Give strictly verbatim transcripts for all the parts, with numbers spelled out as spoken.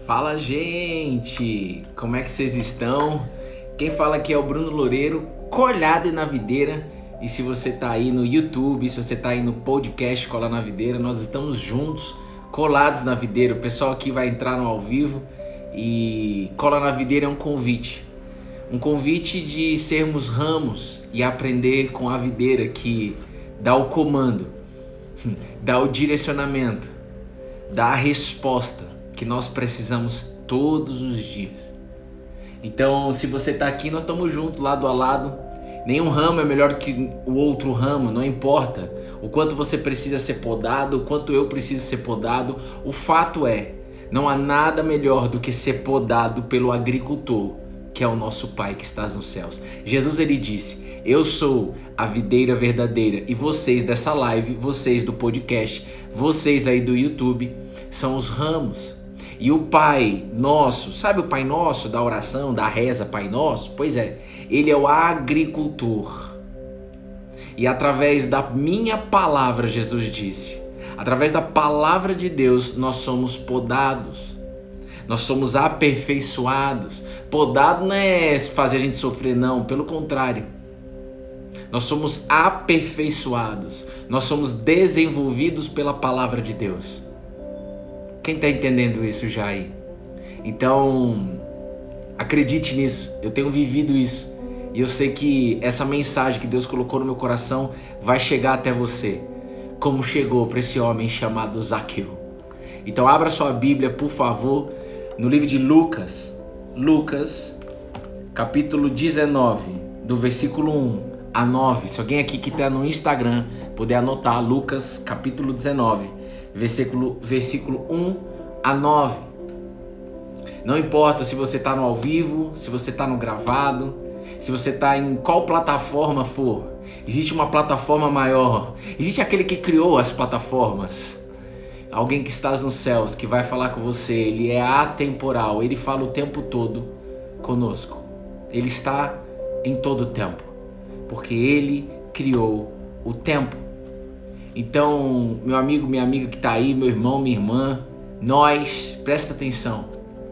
Fala, gente! Como é que vocês estão? Quem fala aqui é o Bruno Loureiro, colhado na videira. E se você tá aí no YouTube, se você tá aí no podcast Colar na Videira, nós estamos juntos, colados na videira. O pessoal aqui vai entrar no ao vivo e Colar na Videira é um convite. Um convite de sermos ramos e aprender com a videira que dá o comando, dá o direcionamento, dá a resposta que nós precisamos todos os dias. Então, se você está aqui, nós estamos juntos, lado a lado. Nenhum ramo é melhor que o outro ramo, não importa o quanto você precisa ser podado, o quanto eu preciso ser podado. O fato é, não há nada melhor do que ser podado pelo agricultor, que é o nosso Pai que estás nos céus. Jesus, ele disse: eu sou a videira verdadeira e vocês dessa live, vocês do podcast, vocês aí do YouTube, são os ramos. E o Pai Nosso, sabe o Pai Nosso da oração, da reza Pai Nosso? Pois é, ele é o agricultor. E através da minha palavra, Jesus disse, através da palavra de Deus, nós somos podados. Nós somos aperfeiçoados. Podado não é fazer a gente sofrer, não. Pelo contrário. Nós somos aperfeiçoados. Nós somos desenvolvidos pela palavra de Deus. Quem está entendendo isso já aí? Então, acredite nisso. Eu tenho vivido isso. E eu sei que essa mensagem que Deus colocou no meu coração vai chegar até você. Como chegou para esse homem chamado Zaqueu. Então, abra sua Bíblia, por favor, no livro de Lucas. Lucas, capítulo dezenove, do versículo um a nove. Se alguém aqui que está no Instagram puder anotar, Lucas, capítulo dezenove, versículo, versículo um a nove. Não importa se você está no ao vivo, se você está no gravado, se você está em qual plataforma for. Existe uma plataforma maior. Existe aquele que criou as plataformas. Alguém que está nos céus, que vai falar com você. Ele é atemporal, ele fala o tempo todo conosco. Ele está em todo o tempo, porque ele criou o tempo. Então, meu amigo, minha amiga que está aí, meu irmão, minha irmã, nós, presta atenção.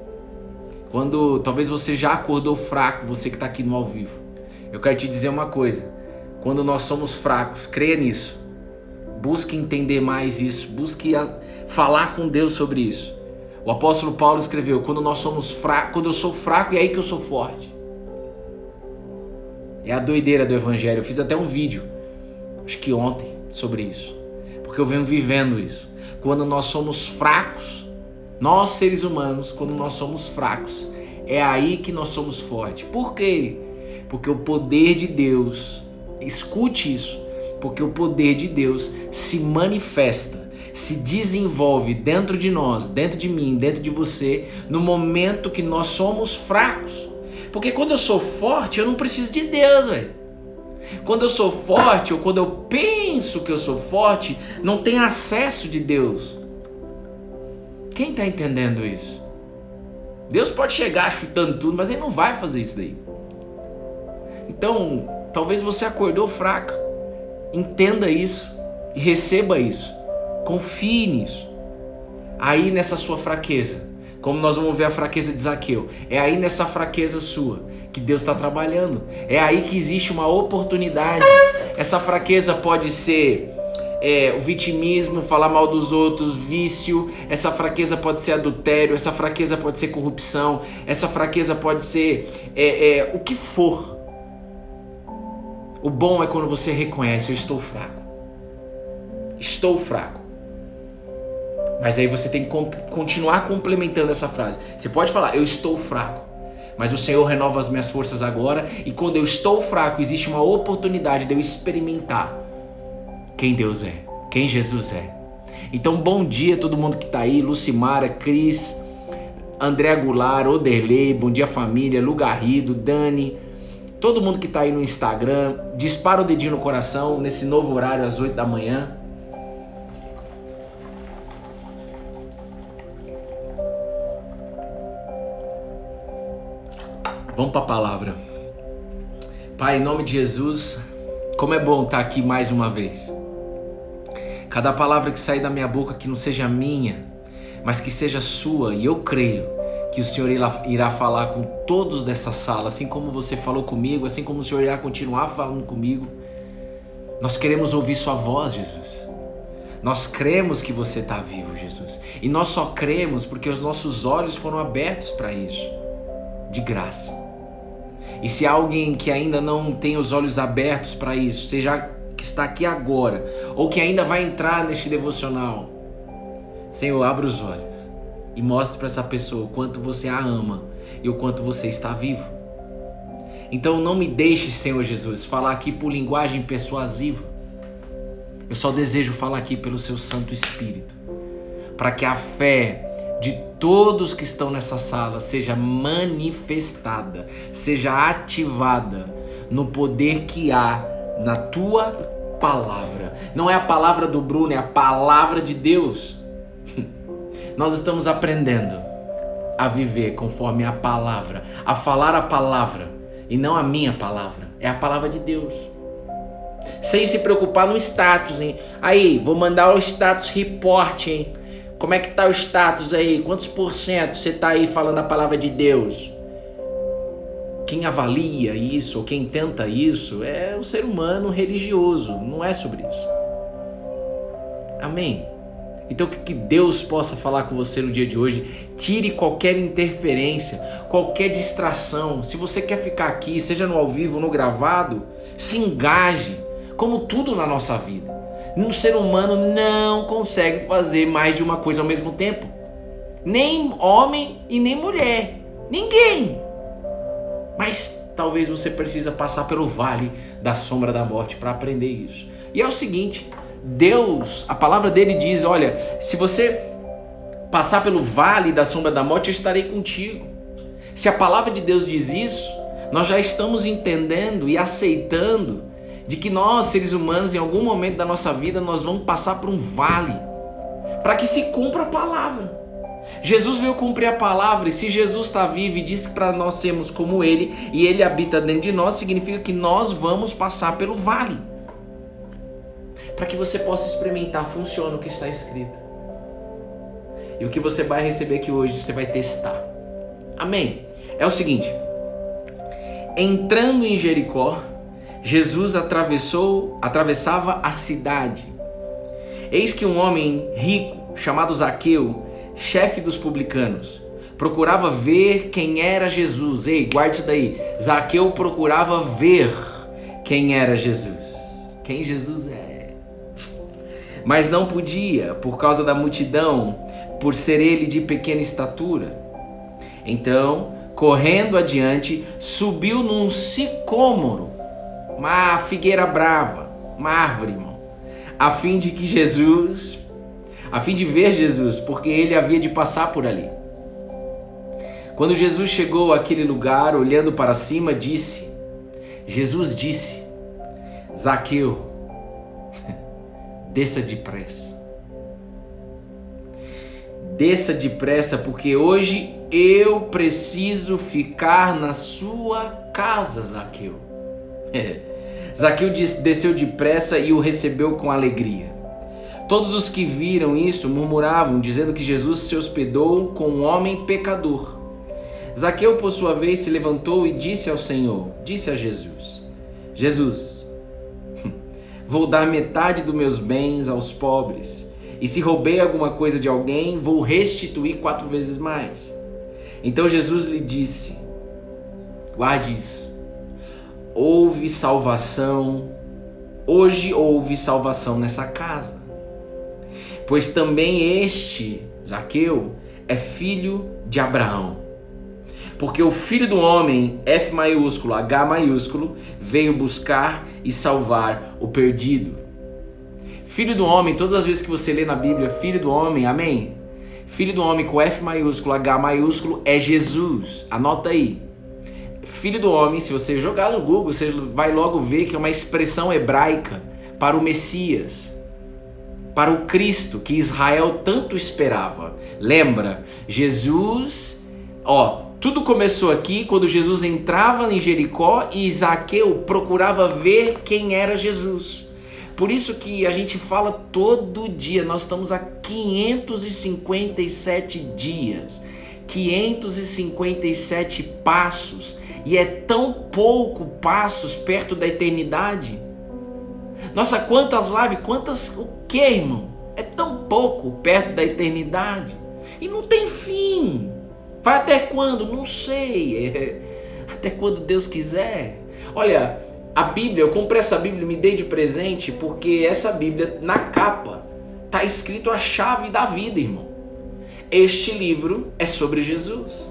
Quando talvez você já acordou fraco, você que está aqui no ao vivo, eu quero te dizer uma coisa. Quando nós somos fracos, creia nisso. Busque entender mais isso, busque a, falar com Deus sobre isso. O apóstolo Paulo escreveu, quando nós somos fracos, quando eu sou fraco, é aí que eu sou forte. É a doideira do evangelho. Eu fiz até um vídeo, acho que ontem, sobre isso. Porque eu venho vivendo isso. Quando nós somos fracos, nós seres humanos, quando nós somos fracos, é aí que nós somos fortes. Por quê? Porque o poder de Deus, escute isso, porque o poder de Deus se manifesta, se desenvolve dentro de nós, dentro de mim, dentro de você, no momento que nós somos fracos. Porque quando eu sou forte, eu não preciso de Deus, velho. Quando eu sou forte, ou quando eu penso que eu sou forte, não tem acesso de Deus. Quem está entendendo isso? Deus pode chegar chutando tudo, mas ele não vai fazer isso daí. Então, talvez você acordou fraco. Entenda isso e receba isso. Confie nisso. Aí nessa sua fraqueza, como nós vamos ver a fraqueza de Zaqueu, é aí nessa fraqueza sua que Deus está trabalhando. É aí que existe uma oportunidade. Essa fraqueza pode ser é, o vitimismo, falar mal dos outros, vício. Essa fraqueza pode ser adultério. Essa fraqueza pode ser corrupção. Essa fraqueza pode ser é, é, o que for. O bom é quando você reconhece, eu estou fraco. Estou fraco. Mas aí você tem que comp- continuar complementando essa frase. Você pode falar, eu estou fraco, mas o Senhor renova as minhas forças agora. E quando eu estou fraco, existe uma oportunidade de eu experimentar quem Deus é, quem Jesus é. Então, bom dia a todo mundo que está aí. Lucimara, Cris, André Goulart, Oderley, bom dia família, Lu Garrido, Dani, todo mundo que está aí no Instagram. Dispara o dedinho no coração nesse novo horário às oito da manhã. Vamos para a palavra. Pai, em nome de Jesus, como é bom estar aqui mais uma vez. Cada palavra que sair da minha boca que não seja minha, mas que seja sua, e eu creio que o Senhor irá, irá falar com todos dessa sala, assim como você falou comigo, assim como o Senhor irá continuar falando comigo. Nós queremos ouvir sua voz, Jesus. Nós cremos que você está vivo, Jesus. E nós só cremos porque os nossos olhos foram abertos para isso, de graça. E se há alguém que ainda não tem os olhos abertos para isso, seja que está aqui agora, ou que ainda vai entrar neste devocional, Senhor, abra os olhos e mostre para essa pessoa o quanto você a ama e o quanto você está vivo. Então não me deixe, Senhor Jesus, falar aqui por linguagem persuasiva. Eu só desejo falar aqui pelo seu Santo Espírito, para que a fé de todos que estão nessa sala seja manifestada, seja ativada no poder que há na tua palavra. Não é a palavra do Bruno, é a palavra de Deus. Nós estamos aprendendo a viver conforme a palavra, a falar a palavra e não a minha palavra, é a palavra de Deus. Sem se preocupar no status, hein? Aí, vou mandar o status report, hein? Como é que tá o status aí? Quantos por cento você tá aí falando a palavra de Deus? Quem avalia isso, ou quem tenta isso, é o ser humano religioso, não é sobre isso. Amém? Então que Deus possa falar com você no dia de hoje. Tire qualquer interferência, qualquer distração. Se você quer ficar aqui, seja no ao vivo ou no gravado, se engaje, como tudo na nossa vida. Um ser humano não consegue fazer mais de uma coisa ao mesmo tempo. Nem homem e nem mulher. Ninguém. Mas talvez você precisa passar pelo vale da sombra da morte para aprender isso. E é o seguinte, Deus, a palavra dele diz, olha, se você passar pelo vale da sombra da morte, eu estarei contigo. Se a palavra de Deus diz isso, nós já estamos entendendo e aceitando de que nós, seres humanos, em algum momento da nossa vida, nós vamos passar por um vale, para que se cumpra a palavra. Jesus veio cumprir a palavra, e se Jesus está vivo e disse para nós sermos como Ele, e Ele habita dentro de nós, significa que nós vamos passar pelo vale, para que você possa experimentar, funciona o que está escrito. E o que você vai receber aqui hoje, você vai testar. Amém? É o seguinte, entrando em Jericó, Jesus atravessou, atravessava a cidade. Eis que um homem rico, chamado Zaqueu, chefe dos publicanos, procurava ver quem era Jesus. Ei, guarde isso daí. Zaqueu procurava ver quem era Jesus. Quem Jesus é. Mas não podia, por causa da multidão, por ser ele de pequena estatura. Então, correndo adiante, subiu num sicômoro, uma figueira brava, uma árvore, irmão, a fim de que Jesus, a fim de ver Jesus, porque ele havia de passar por ali. Quando Jesus chegou àquele lugar, olhando para cima, disse, Jesus disse, Zaqueu, desça depressa. Desça depressa, porque hoje eu preciso ficar na sua casa, Zaqueu. Zaqueu desceu depressa e o recebeu com alegria. Todos os que viram isso murmuravam, dizendo que Jesus se hospedou com um homem pecador. Zaqueu, por sua vez, se levantou e disse ao Senhor, disse a Jesus, Jesus, vou dar metade dos meus bens aos pobres, e se roubei alguma coisa de alguém, vou restituir quatro vezes mais. Então Jesus lhe disse, guarde isso, houve salvação, hoje houve salvação nessa casa, pois também este, Zaqueu, é filho de Abraão. Porque o Filho do Homem, F maiúsculo, H maiúsculo, veio buscar e salvar o perdido. Filho do Homem, todas as vezes que você lê na Bíblia, Filho do Homem, amém? Filho do Homem com F maiúsculo, H maiúsculo, é Jesus. Anota aí. Filho do Homem, se você jogar no Google, você vai logo ver que é uma expressão hebraica para o Messias, para o Cristo que Israel tanto esperava. Lembra, Jesus, ó, tudo começou aqui quando Jesus entrava em Jericó e Zaqueu procurava ver quem era Jesus. Por isso que a gente fala todo dia, nós estamos há quinhentos e cinquenta e sete dias, quinhentos e cinquenta e sete passos, e é tão pouco passos perto da eternidade. Nossa, quantas lives, quantas o que, irmão? É tão pouco perto da eternidade. E não tem fim. Vai até quando? Não sei. É, até quando Deus quiser. Olha, a Bíblia, eu comprei essa Bíblia, me dei de presente, porque essa Bíblia, na capa, está escrito a chave da vida, irmão. Este livro é sobre Jesus.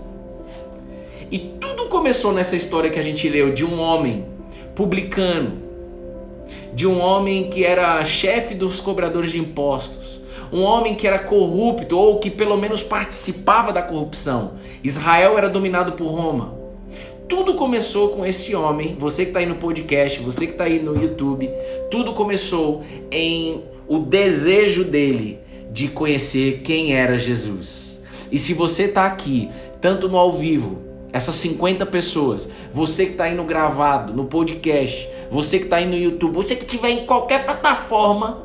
E tudo começou nessa história que a gente leu de um homem publicano, de um homem que era chefe dos cobradores de impostos, um homem que era corrupto ou que pelo menos participava da corrupção. Israel era dominado por Roma. Tudo começou com esse homem, você que está aí no podcast, você que está aí no YouTube, tudo começou em o desejo dele de conhecer quem era Jesus. E se você está aqui, tanto no ao vivo, essas cinquenta pessoas, você que está aí no gravado, no podcast, você que está aí no YouTube, você que estiver em qualquer plataforma,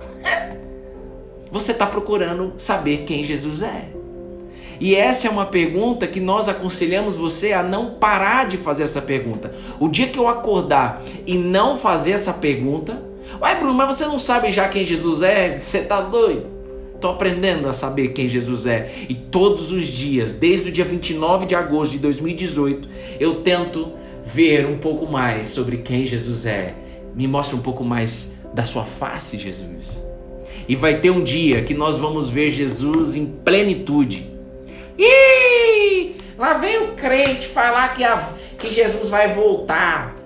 você está procurando saber quem Jesus é. E essa é uma pergunta que nós aconselhamos você a não parar de fazer essa pergunta. O dia que eu acordar e não fazer essa pergunta, ué Bruno, mas você não sabe já quem Jesus é? Você está doido? Estou aprendendo a saber quem Jesus é. E todos os dias, desde o dia vinte e nove de agosto de dois mil e dezoito, eu tento ver um pouco mais sobre quem Jesus é. Me mostra um pouco mais da sua face, Jesus. E vai ter um dia que nós vamos ver Jesus em plenitude. Ih, lá vem o crente falar que, a, que Jesus vai voltar.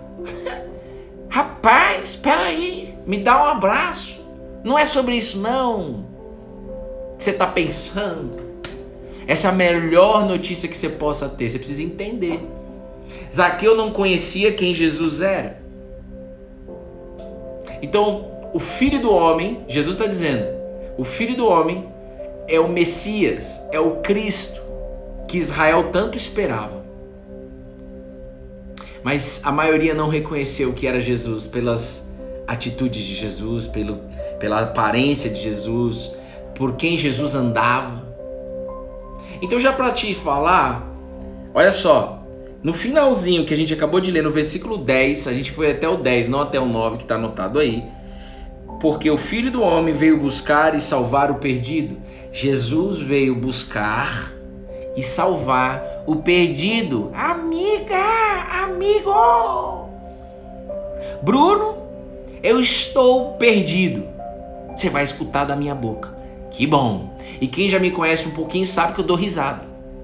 Rapaz, espera aí, me dá um abraço. Não é sobre isso não que você está pensando. Essa é a melhor notícia que você possa ter. Você precisa entender. Zaqueu não conhecia quem Jesus era. Então, o Filho do Homem, Jesus está dizendo, o Filho do Homem é o Messias, é o Cristo que Israel tanto esperava. Mas a maioria não reconheceu que era Jesus pelas atitudes de Jesus, pelo, pela aparência de Jesus, por quem Jesus andava. Então, já para te falar, olha só, no finalzinho que a gente acabou de ler, no versículo dez, a gente foi até o dez, não até o nove que está anotado aí, porque o Filho do Homem veio buscar e salvar o perdido. Jesus veio buscar e salvar o perdido. Amiga, amigo! Bruno, eu estou perdido. Você vai escutar da minha boca. Que bom. E quem já me conhece um pouquinho sabe que eu dou risada.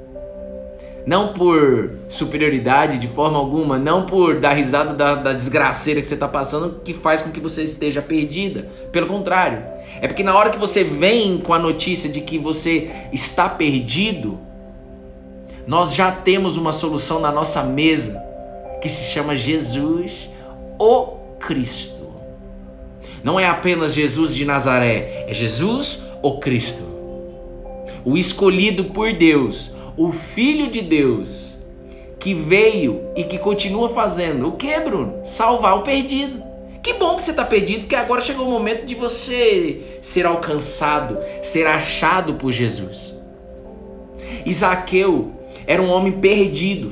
Não por superioridade de forma alguma, não por dar risada da, da desgraceira que você está passando, que faz com que você esteja perdida. Pelo contrário, é porque na hora que você vem com a notícia de que você está perdido, nós já temos uma solução na nossa mesa, que se chama Jesus, o Cristo. Não é apenas Jesus de Nazaré, é Jesus, o Cristo. O escolhido por Deus, o Filho de Deus, que veio e que continua fazendo o que, Bruno? Salvar o perdido. Que bom que você está perdido, porque agora chegou o momento de você ser alcançado, ser achado por Jesus. Zaqueu era um homem perdido.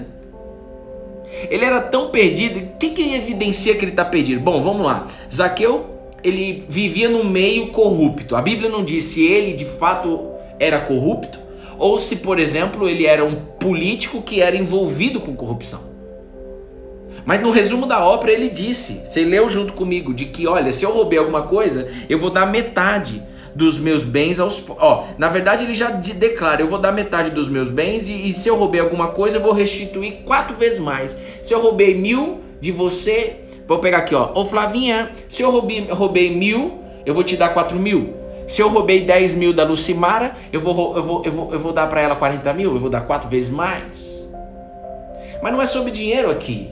Ele era tão perdido. O que, que evidencia que ele está perdido? Bom, vamos lá. Zaqueu, ele vivia no meio corrupto. A Bíblia não diz se ele de fato era corrupto, ou se, por exemplo, ele era um político que era envolvido com corrupção. Mas no resumo da ópera ele disse, você leu junto comigo, de que, olha, se eu roubei alguma coisa, eu vou dar metade dos meus bens aos... Ó, na verdade ele já declara, eu vou dar metade dos meus bens e, e se eu roubei alguma coisa, eu vou restituir quatro vezes mais. Se eu roubei mil de você, vou pegar aqui, ó, ô Flavinha, se eu roubei, roubei mil, eu vou te dar quatro mil. Se eu roubei dez mil da Lucimara, eu vou, eu vou, eu vou, eu vou dar para ela quarenta mil, eu vou dar quatro vezes mais. Mas não é sobre dinheiro aqui.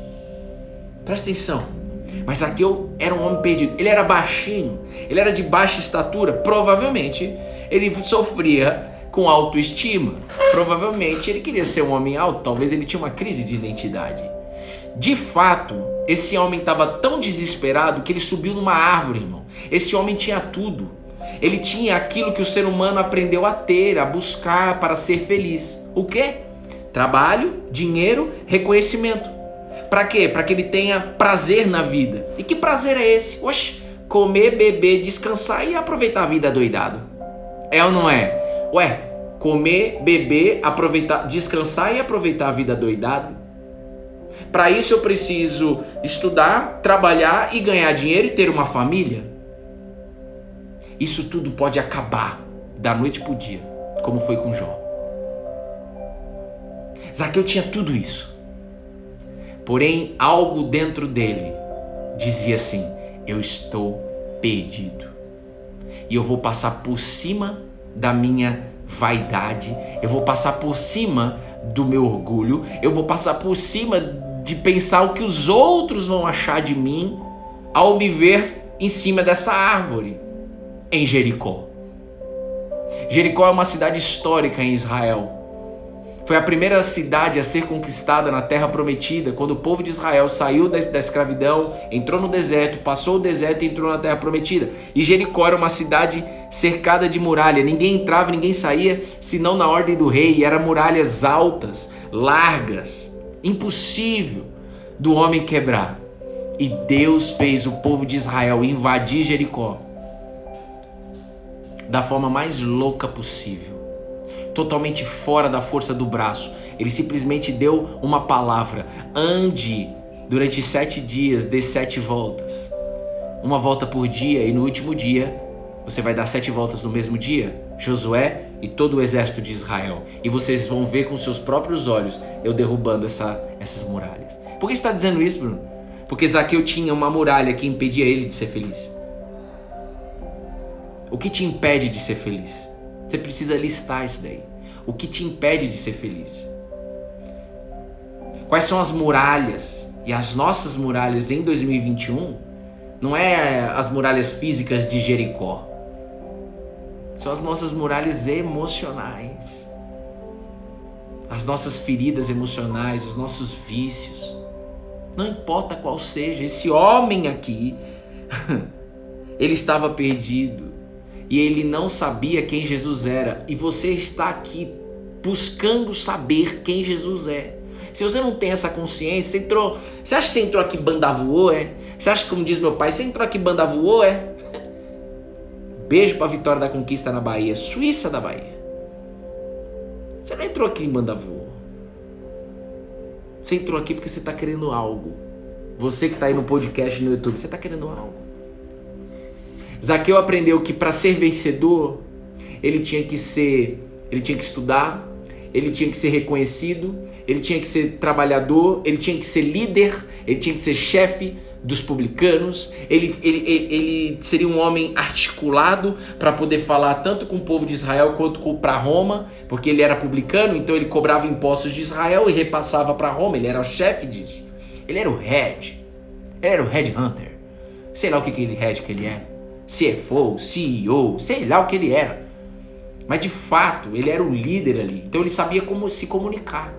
Presta atenção. Mas Zaqueu era um homem perdido. Ele era baixinho, ele era de baixa estatura. Provavelmente ele sofria com autoestima. Provavelmente ele queria ser um homem alto. Talvez ele tinha uma crise de identidade. De fato, esse homem estava tão desesperado que ele subiu numa árvore, irmão. Esse homem tinha tudo. Ele tinha aquilo que o ser humano aprendeu a ter, a buscar para ser feliz. O quê? Trabalho, dinheiro, reconhecimento. Para quê? Para que ele tenha prazer na vida. E que prazer é esse? Oxe, comer, beber, descansar e aproveitar a vida doidado. É ou não é? Ué, comer, beber, aproveitar, descansar e aproveitar a vida doidado? Para isso eu preciso estudar, trabalhar e ganhar dinheiro e ter uma família? Isso tudo pode acabar da noite para o dia, como foi com Jó. Zaqueu tinha tudo isso. Porém, algo dentro dele dizia assim: eu estou perdido. E eu vou passar por cima da minha vaidade, eu vou passar por cima do meu orgulho, eu vou passar por cima de pensar o que os outros vão achar de mim ao me ver em cima dessa árvore, em Jericó. Jericó é uma cidade histórica em Israel. Foi a primeira cidade a ser conquistada na Terra Prometida, quando o povo de Israel saiu da, da escravidão, entrou no deserto, passou o deserto e entrou na Terra Prometida. E Jericó era uma cidade cercada de muralha. Ninguém entrava, ninguém saía, senão na ordem do rei. E eram muralhas altas, largas, impossível do homem quebrar. E Deus fez o povo de Israel invadir Jericó da forma mais louca possível. Totalmente fora da força do braço. Ele simplesmente deu uma palavra: ande durante sete dias, dê sete voltas, uma volta por dia, e no último dia você vai dar sete voltas no mesmo dia, Josué e todo o exército de Israel, e vocês vão ver com seus próprios olhos eu derrubando essa, essas muralhas. Por que você está dizendo isso, Bruno? Porque Zaqueu tinha uma muralha que impedia ele de ser feliz. O que te impede de ser feliz? Você precisa listar isso daí. O que te impede de ser feliz? Quais são as muralhas? E as nossas muralhas em dois mil e vinte e um não é as muralhas físicas de Jericó. São as nossas muralhas emocionais. As nossas feridas emocionais, os nossos vícios. Não importa qual seja. Esse homem aqui, ele estava perdido. E ele não sabia quem Jesus era. E você está aqui buscando saber quem Jesus é. Se você não tem essa consciência, você entrou... Você acha que você entrou aqui banda voou, é? Você acha que, como diz meu pai, você entrou aqui banda voou, é? Beijo pra Vitória da Conquista na Bahia. Suíça da Bahia. Você não entrou aqui em banda voou. Você entrou aqui porque você está querendo algo. Você que está aí no podcast no YouTube, você está querendo algo. Zaqueu aprendeu que para ser vencedor, ele tinha que ser, ele tinha que estudar, ele tinha que ser reconhecido, ele tinha que ser trabalhador, ele tinha que ser líder, ele tinha que ser chefe dos publicanos, ele, ele, ele, ele seria um homem articulado para poder falar tanto com o povo de Israel quanto para Roma, porque ele era publicano, então ele cobrava impostos de Israel e repassava para Roma, ele era o chefe disso, ele era o head, ele era o head hunter, sei lá o que aquele head que ele era. C F O, C E O, sei lá o que ele era. Mas de fato, ele era o líder ali. Então ele sabia como se comunicar.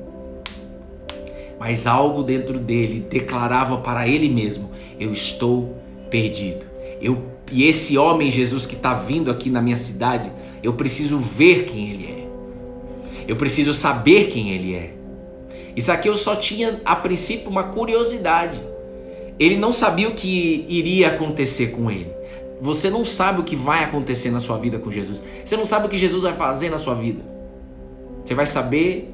Mas algo dentro dele declarava para ele mesmo: eu estou perdido. Eu, e esse homem Jesus que está vindo aqui na minha cidade, eu preciso ver quem ele é. Eu preciso saber quem ele é. E Zaqueu só tinha, a princípio, uma curiosidade. Ele não sabia o que iria acontecer com ele. Você não sabe o que vai acontecer na sua vida com Jesus. Você não sabe o que Jesus vai fazer na sua vida. Você vai saber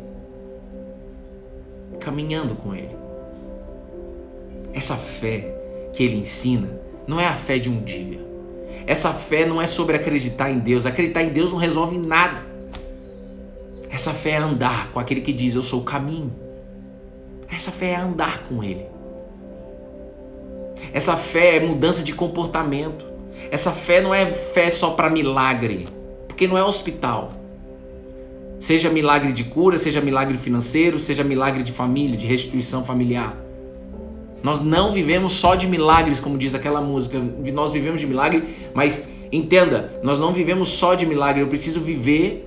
caminhando com Ele. Essa fé que Ele ensina não é a fé de um dia. Essa fé não é sobre acreditar em Deus. Acreditar em Deus não resolve nada. Essa fé é andar com aquele que diz: eu sou o caminho. Essa fé é andar com Ele. Essa fé é mudança de comportamento. Essa fé não é fé só para milagre, porque não é hospital. Seja milagre de cura, seja milagre financeiro, seja milagre de família, de restituição familiar. Nós não vivemos só de milagres, como diz aquela música. Nós vivemos de milagre, mas entenda, nós não vivemos só de milagre. Eu preciso viver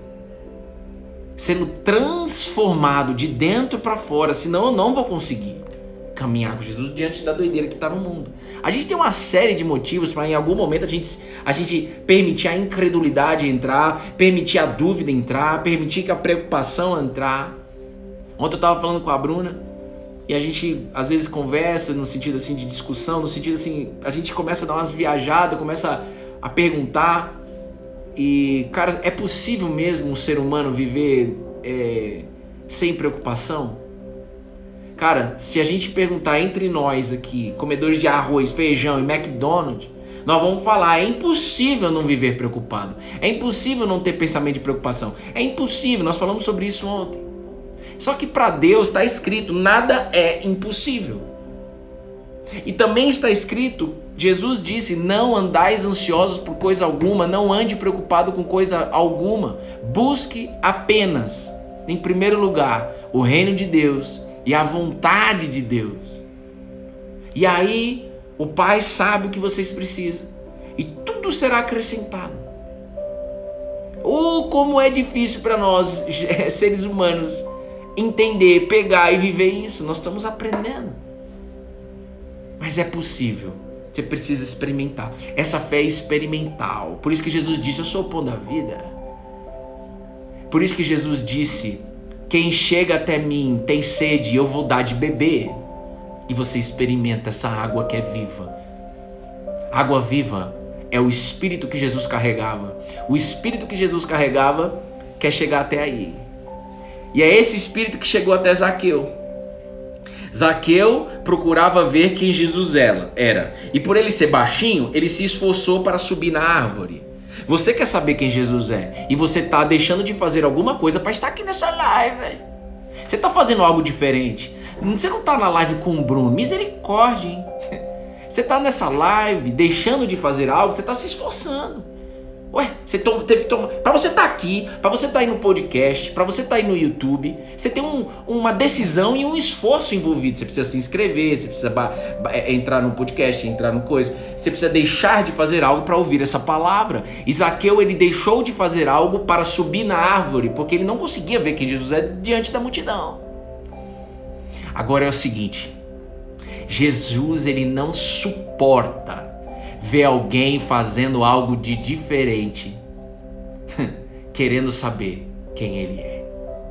sendo transformado de dentro para fora, senão eu não vou conseguir caminhar com Jesus diante da doideira que está no mundo. A gente tem uma série de motivos para em algum momento a gente, a gente permitir a incredulidade entrar, permitir a dúvida entrar, permitir que a preocupação entrar. Ontem eu estava falando com a Bruna e a gente às vezes conversa no sentido assim de discussão, no sentido assim, a gente começa a dar umas viajadas, começa a perguntar e, cara, é possível mesmo um ser humano viver é, sem preocupação? Cara, se a gente perguntar entre nós aqui, comedores de arroz, feijão e McDonald's, nós vamos falar, é impossível não viver preocupado. É impossível não ter pensamento de preocupação. É impossível, nós falamos sobre isso ontem. Só que para Deus está escrito, nada é impossível. E também está escrito, Jesus disse, não andais ansiosos por coisa alguma, não ande preocupado com coisa alguma. Busque apenas, em primeiro lugar, o reino de Deus e a vontade de Deus. E aí o Pai sabe o que vocês precisam e tudo será acrescentado. Oh, como é difícil para nós, seres humanos, entender, pegar e viver isso. Nós estamos aprendendo. Mas é possível. Você precisa experimentar. Essa fé é experimental. Por isso que Jesus disse, eu sou o pão da vida. Por isso que Jesus disse, quem chega até mim tem sede, eu vou dar de beber. E você experimenta essa água que é viva. Água viva é o espírito que Jesus carregava. O espírito que Jesus carregava quer chegar até aí. E é esse espírito que chegou até Zaqueu. Zaqueu procurava ver quem Jesus era. E por ele ser baixinho, ele se esforçou para subir na árvore. Você quer saber quem Jesus é? E você está deixando de fazer alguma coisa para estar aqui nessa live. Você está fazendo algo diferente. Você não está na live com o Bruno. Misericórdia, hein? Você está nessa live deixando de fazer algo, você está se esforçando. Ué, você toma, teve que tomar. Para você estar aqui, para você estar aí no podcast, para você estar aí no YouTube, você tem um, uma decisão e um esforço envolvido. Você precisa se inscrever, você precisa ba- ba- entrar no podcast, entrar no coisa. Você precisa deixar de fazer algo para ouvir essa palavra. E Zaqueu, ele deixou de fazer algo para subir na árvore, porque ele não conseguia ver quem Jesus é diante da multidão. Agora é o seguinte, Jesus, ele não suporta ver alguém fazendo algo de diferente, querendo saber quem ele é.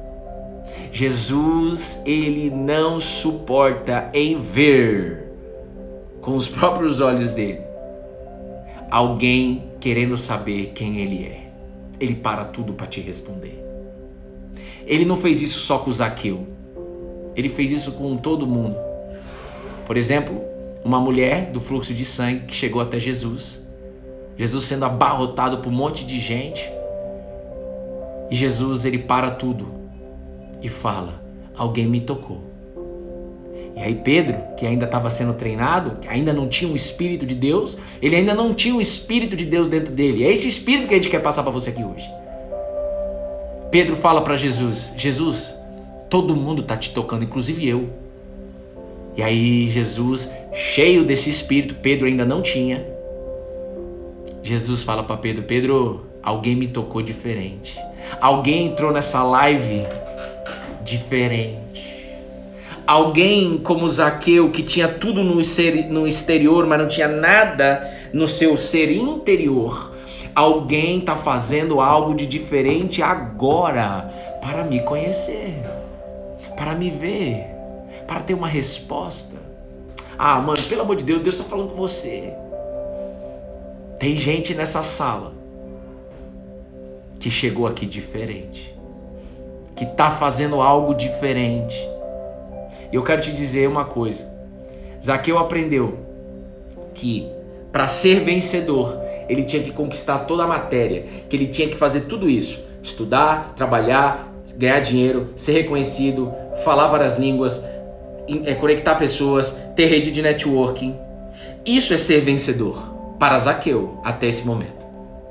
Jesus, ele não suporta em ver, com os próprios olhos dele, alguém querendo saber quem ele é. Ele para tudo para te responder. Ele não fez isso só com Zaqueu. Ele fez isso com todo mundo. Por exemplo, uma mulher do fluxo de sangue que chegou até Jesus. Jesus sendo abarrotado por um monte de gente. E Jesus, ele para tudo e fala, alguém me tocou. E aí Pedro, que ainda estava sendo treinado, que ainda não tinha um Espírito de Deus, ele ainda não tinha um Espírito de Deus dentro dele. É esse Espírito que a gente quer passar para você aqui hoje. Pedro fala para Jesus, Jesus, todo mundo está te tocando, inclusive eu. E aí Jesus, cheio desse Espírito, Pedro ainda não tinha. Jesus fala para Pedro, Pedro, alguém me tocou diferente. Alguém entrou nessa live diferente. Alguém como Zaqueu, que tinha tudo no, ser, no exterior, mas não tinha nada no seu ser interior. Alguém está fazendo algo de diferente agora para me conhecer, para me ver, para ter uma resposta. Ah, mano, pelo amor de Deus, Deus está falando com você. Tem gente nessa sala que chegou aqui diferente, que está fazendo algo diferente. E eu quero te dizer uma coisa. Zaqueu aprendeu que para ser vencedor, ele tinha que conquistar toda a matéria, que ele tinha que fazer tudo isso. Estudar, trabalhar, ganhar dinheiro, ser reconhecido, falar várias línguas, conectar pessoas, ter rede de networking. Isso é ser vencedor para Zaqueu até esse momento.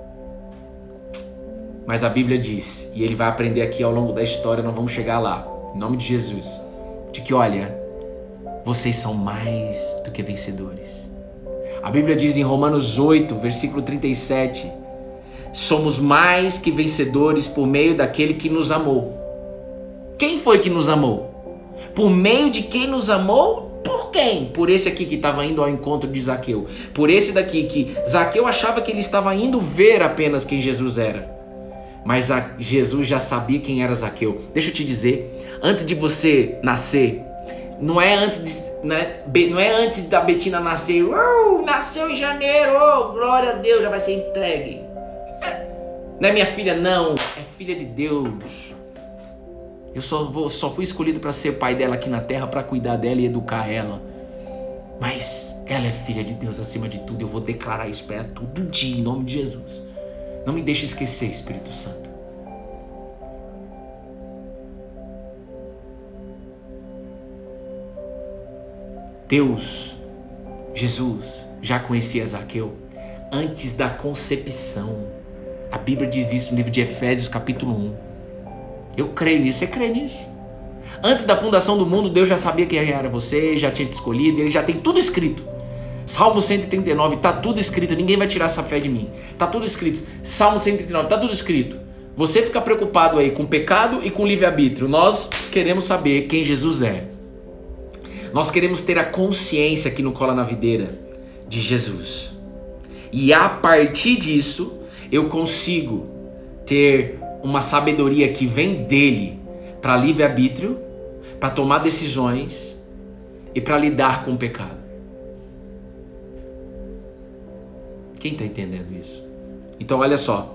Mas a Bíblia diz, e ele vai aprender aqui ao longo da história, nós vamos chegar lá, em nome de Jesus, de que olha, vocês são mais do que vencedores. A Bíblia diz em Romanos oito, versículo trinta e sete, somos mais que vencedores por meio daquele que nos amou. Quem foi que nos amou? Por meio de quem nos amou? Por Por quem? Por esse aqui que estava indo ao encontro de Zaqueu. Por esse daqui que Zaqueu achava que ele estava indo ver apenas quem Jesus era. Mas Jesus já sabia quem era Zaqueu. Deixa eu te dizer, antes de você nascer, não é antes de, né, não é antes da Betina nascer, uh, nasceu em janeiro, oh, glória a Deus, já vai ser entregue. Não é minha filha, não, é filha de Deus. Eu só, vou, só fui escolhido para ser pai dela aqui na terra, para cuidar dela e educar ela. Mas ela é filha de Deus acima de tudo. Eu vou declarar isso para ela todo dia, em nome de Jesus. Não me deixe esquecer, Espírito Santo. Deus, Jesus, já conhecia Zaqueu antes da concepção. A Bíblia diz isso no livro de Efésios, capítulo um. Eu creio nisso, você crê nisso? Antes da fundação do mundo, Deus já sabia quem era você, já tinha te escolhido, Ele já tem tudo escrito. Salmo cento e trinta e nove, tá tudo escrito, ninguém vai tirar essa fé de mim. Tá tudo escrito. Salmo cento e trinta e nove, tá tudo escrito. Você fica preocupado aí com pecado e com livre-arbítrio. Nós queremos saber quem Jesus é. Nós queremos ter a consciência aqui no Cola na Videira de Jesus. E a partir disso, eu consigo ter uma sabedoria que vem dele para livre-arbítrio, para tomar decisões e para lidar com o pecado. Quem está entendendo isso? Então olha só,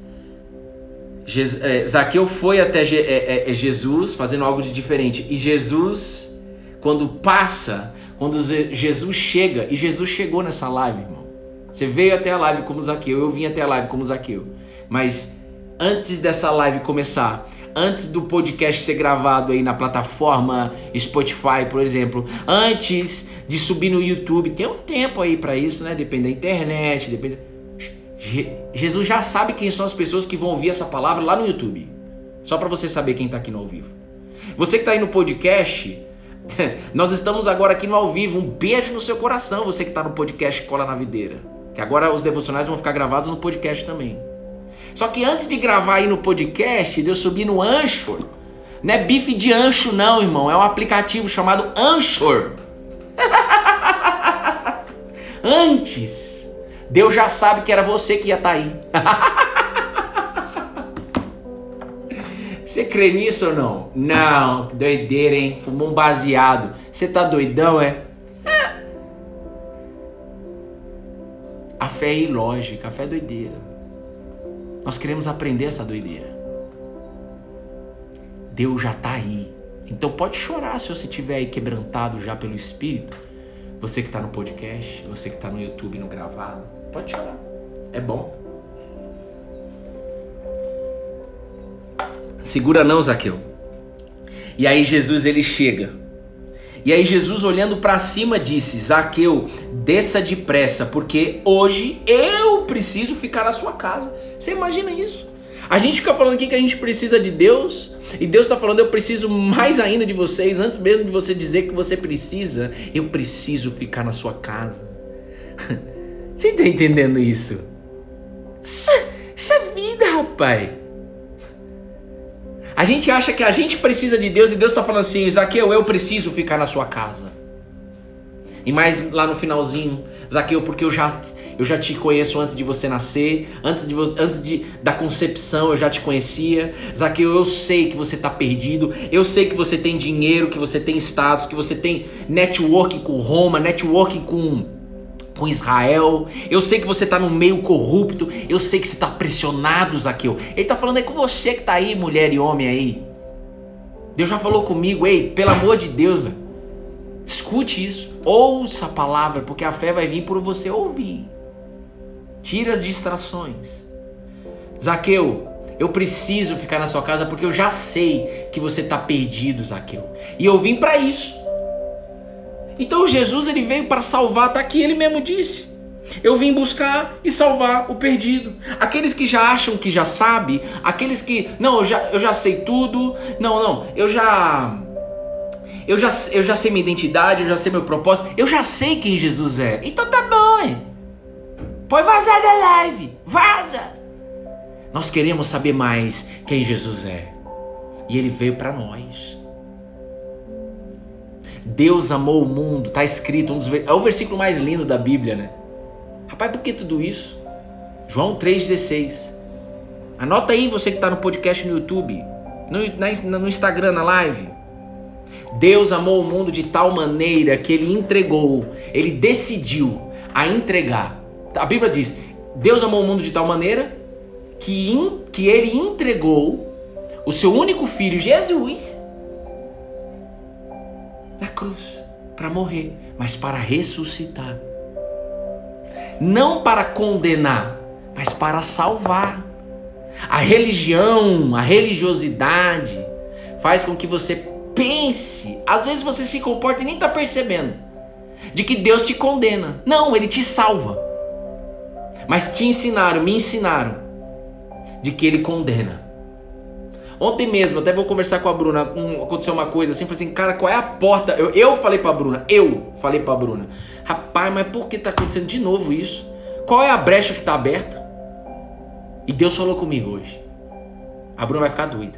Je- é, Zaqueu foi até Je- é, é, Jesus fazendo algo de diferente, e Jesus, quando passa, quando Jesus chega, e Jesus chegou nessa live, irmão, você veio até a live como Zaqueu, eu vim até a live como Zaqueu, mas antes dessa live começar, antes do podcast ser gravado aí na plataforma Spotify, por exemplo, antes de subir no YouTube, tem um tempo aí para isso, né? Depende da internet, depende... Je- Jesus já sabe quem são as pessoas que vão ouvir essa palavra lá no YouTube. Só para você saber quem tá aqui no ao vivo. Você que tá aí no podcast, nós estamos agora aqui no ao vivo. Um beijo no seu coração, você que tá no podcast Cola na Videira. Que agora os devocionais vão ficar gravados no podcast também. Só que antes de gravar aí no podcast, eu subi no Anchor. Não é bife de ancho não, irmão. É um aplicativo chamado Anchor. Antes, Deus já sabe que era você que ia estar aí. Você crê nisso ou não? Não, que doideira, hein? Fumou um baseado. Você tá doidão, é? A fé é ilógica, a fé é doideira. Nós queremos aprender essa doideira. Deus já está aí. Então pode chorar se você estiver aí quebrantado já pelo Espírito. Você que está no podcast, você que está no YouTube, no gravado. Pode chorar. É bom. Segura não, Zaqueu. E aí Jesus ele chega. E aí Jesus olhando para cima disse: Zaqueu, desça depressa, porque hoje eu preciso ficar na sua casa. Você imagina isso? A gente fica falando aqui que a gente precisa de Deus, e Deus está falando: eu preciso mais ainda de vocês. Antes mesmo de você dizer que você precisa, eu preciso ficar na sua casa. Você está entendendo isso? Isso, isso é vida, rapaz. A gente acha que a gente precisa de Deus, e Deus está falando assim: Zaqueu, eu preciso ficar na sua casa. E mais lá no finalzinho: Zaqueu, porque eu já, eu já te conheço antes de você nascer, antes, de, antes de, da concepção eu já te conhecia. Zaqueu, eu sei que você está perdido, eu sei que você tem dinheiro, que você tem status, que você tem networking com Roma, networking com... com Israel, eu sei que você está no meio corrupto, eu sei que você está pressionado, Zaqueu. Ele está falando é com você que está aí, mulher e homem aí. Deus já falou comigo, ei, pelo amor de Deus, velho, escute isso, ouça a palavra, porque a fé vai vir por você ouvir. Tira as distrações. Zaqueu, eu preciso ficar na sua casa porque eu já sei que você está perdido, Zaqueu, e eu vim para isso. Então Jesus ele veio para salvar, tá aqui, ele mesmo disse: eu vim buscar e salvar o perdido. Aqueles que já acham que já sabe, aqueles que, não, eu já, eu já sei tudo, não, não, eu já, eu já, eu já sei minha identidade, eu já sei meu propósito, eu já sei quem Jesus é. Então tá bom, hein? Pode vazar da live, vaza. Nós queremos saber mais quem Jesus é, e ele veio para nós. Deus amou o mundo, tá escrito, um dos, é o versículo mais lindo da Bíblia, né? Rapaz, por que tudo isso? João três dezesseis. Anota aí, você que está no podcast no YouTube, no, na, no Instagram, na live. Deus amou o mundo de tal maneira que Ele entregou, Ele decidiu a entregar. A Bíblia diz, Deus amou o mundo de tal maneira que, in, que Ele entregou o seu único filho, Jesus, na cruz, para morrer, mas para ressuscitar. Não para condenar, mas para salvar. A religião, a religiosidade faz com que você pense, às vezes você se comporta e nem está percebendo, de que Deus te condena. Não, Ele te salva. Mas te ensinaram, me ensinaram, de que Ele condena. Ontem mesmo, até vou conversar com a Bruna, um, aconteceu uma coisa assim, falei assim, cara, qual é a porta? Eu, eu falei pra Bruna, eu falei pra Bruna, rapaz, mas por que tá acontecendo de novo isso? Qual é a brecha que tá aberta? E Deus falou comigo hoje. A Bruna vai ficar doida.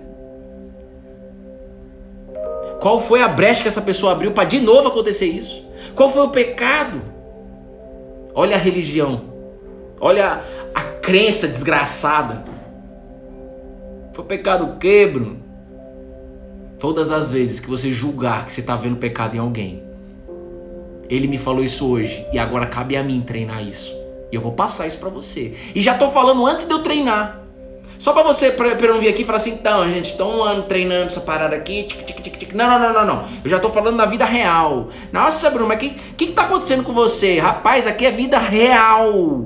Qual foi a brecha que essa pessoa abriu para de novo acontecer isso? Qual foi o pecado? Olha a religião. Olha a, a crença desgraçada. Foi pecado o quê, Bruno? Todas as vezes que você julgar que você está vendo pecado em alguém. Ele me falou isso hoje. E agora cabe a mim treinar isso. E eu vou passar isso pra você. E já tô falando antes de eu treinar. Só pra você, pra, pra eu não vir aqui e falar assim, então, gente, tô um ano treinando essa parada aqui. Tic, tic, tic, tic. Não, não, não, não, não. Eu já tô falando na vida real. Nossa, Bruno, mas o que, que que tá acontecendo com você? Rapaz, aqui é vida real.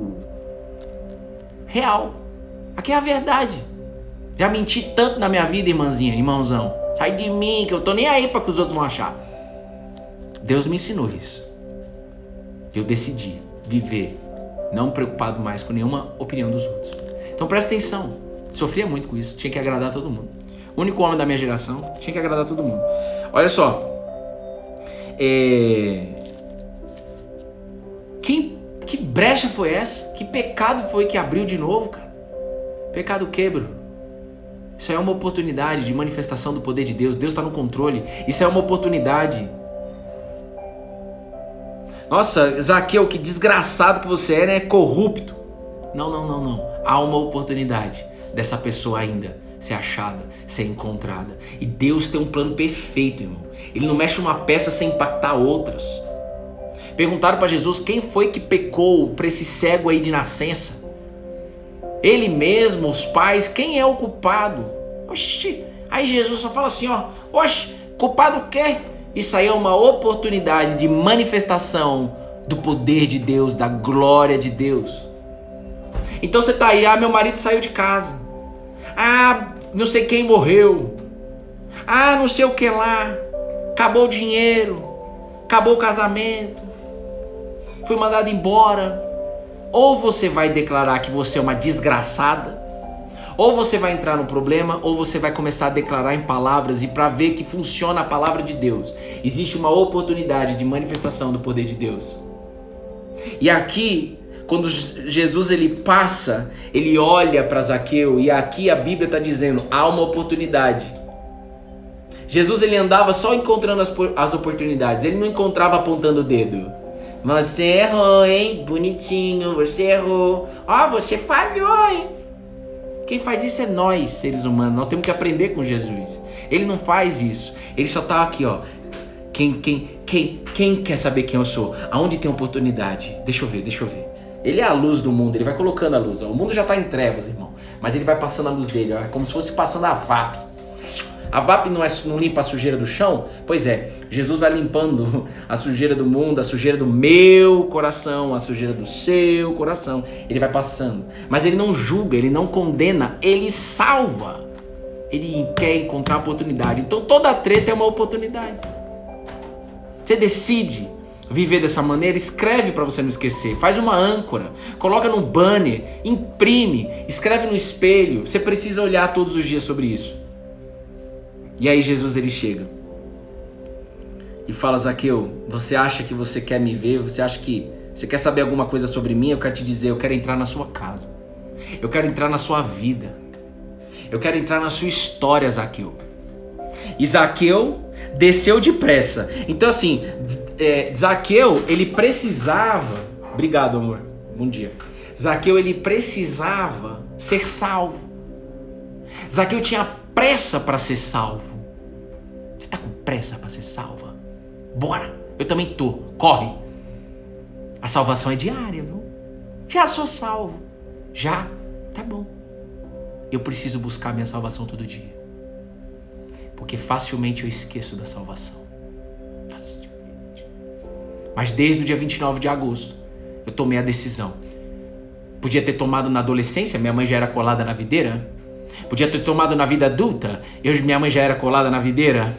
Real. Aqui é a verdade. Já menti tanto na minha vida, irmãzinha, irmãozão. Sai de mim, que eu tô nem aí pra que os outros vão achar. Deus me ensinou isso. Eu decidi viver não preocupado mais com nenhuma opinião dos outros. Então presta atenção. Sofria muito com isso. Tinha que agradar todo mundo. O único homem da minha geração. Tinha que agradar todo mundo. Olha só. É... Que, que brecha foi essa? Que pecado foi que abriu de novo, cara? Pecado quebro. Isso aí é uma oportunidade de manifestação do poder de Deus. Deus está no controle. Isso é uma oportunidade. Nossa, Zaqueu, que desgraçado que você é, né? Corrupto. Não, não, não, não. Há uma oportunidade dessa pessoa ainda ser achada, ser encontrada. E Deus tem um plano perfeito, irmão. Ele não mexe uma peça sem impactar outras. Perguntaram para Jesus quem foi que pecou para esse cego aí de nascença. Ele mesmo, os pais, quem é o culpado? Oxi. Aí Jesus só fala assim, ó. Oxi, culpado o quê? Isso aí é uma oportunidade de manifestação do poder de Deus, da glória de Deus. Então você tá aí, ah, meu marido saiu de casa. Ah, não sei quem morreu. Ah, não sei o que lá. Acabou o dinheiro. Acabou o casamento. Fui mandado embora. Ou você vai declarar que você é uma desgraçada, ou você vai entrar no problema, ou você vai começar a declarar em palavras e para ver que funciona a palavra de Deus. Existe uma oportunidade de manifestação do poder de Deus. E aqui, quando Jesus ele passa, ele olha para Zaqueu e aqui a Bíblia está dizendo, há uma oportunidade. Jesus ele andava só encontrando as, as oportunidades, ele não encontrava apontando o dedo. Você errou, hein? Bonitinho, você errou. Ó, oh, você falhou, hein? Quem faz isso é nós, seres humanos. Nós temos que aprender com Jesus. Ele não faz isso. Ele só tá aqui, ó. Quem, quem, quem, quem quer saber quem eu sou? Aonde tem oportunidade? Deixa eu ver, deixa eu ver. Ele é a luz do mundo, ele vai colocando a luz. Ó. O mundo já tá em trevas, irmão. Mas ele vai passando a luz dele, ó. É como se fosse passando a V A P. A V A P não, é, não limpa a sujeira do chão? Pois é, Jesus vai limpando a sujeira do mundo, a sujeira do meu coração, a sujeira do seu coração. Ele vai passando. Mas ele não julga, ele não condena, ele salva. Ele quer encontrar oportunidade. Então toda treta é uma oportunidade. Você decide viver dessa maneira, escreve para você não esquecer. Faz uma âncora, coloca no banner, imprime, escreve no espelho. Você precisa olhar todos os dias sobre isso. E aí Jesus ele chega e fala, Zaqueu, você acha que você quer me ver? Você acha que você quer saber alguma coisa sobre mim? Eu quero te dizer, eu quero entrar na sua casa. Eu quero entrar na sua vida. Eu quero entrar na sua história, Zaqueu. E Zaqueu, desceu depressa. Então assim, é, Zaqueu, ele precisava... Obrigado, amor. Bom dia. Zaqueu, ele precisava ser salvo. Zaqueu tinha pressa para ser salvo. Você tá com pressa para ser salva? Bora! Eu também tô. Corre! A salvação é diária, viu? Já sou salvo. Já? Tá bom. Eu preciso buscar minha salvação todo dia. Porque facilmente eu esqueço da salvação. Facilmente. Mas desde o dia vinte e nove de agosto, eu tomei a decisão. Podia ter tomado na adolescência, minha mãe já era colada na videira. Podia ter tomado na vida adulta, eu, minha mãe já era colada na videira.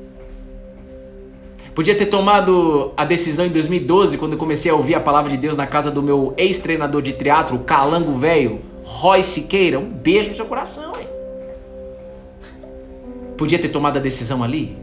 Podia ter tomado a decisão em dois mil e doze, quando eu comecei a ouvir a palavra de Deus na casa do meu ex-treinador de teatro, o calango velho, Roy Siqueira. Um beijo no seu coração, hein? Podia ter tomado a decisão ali.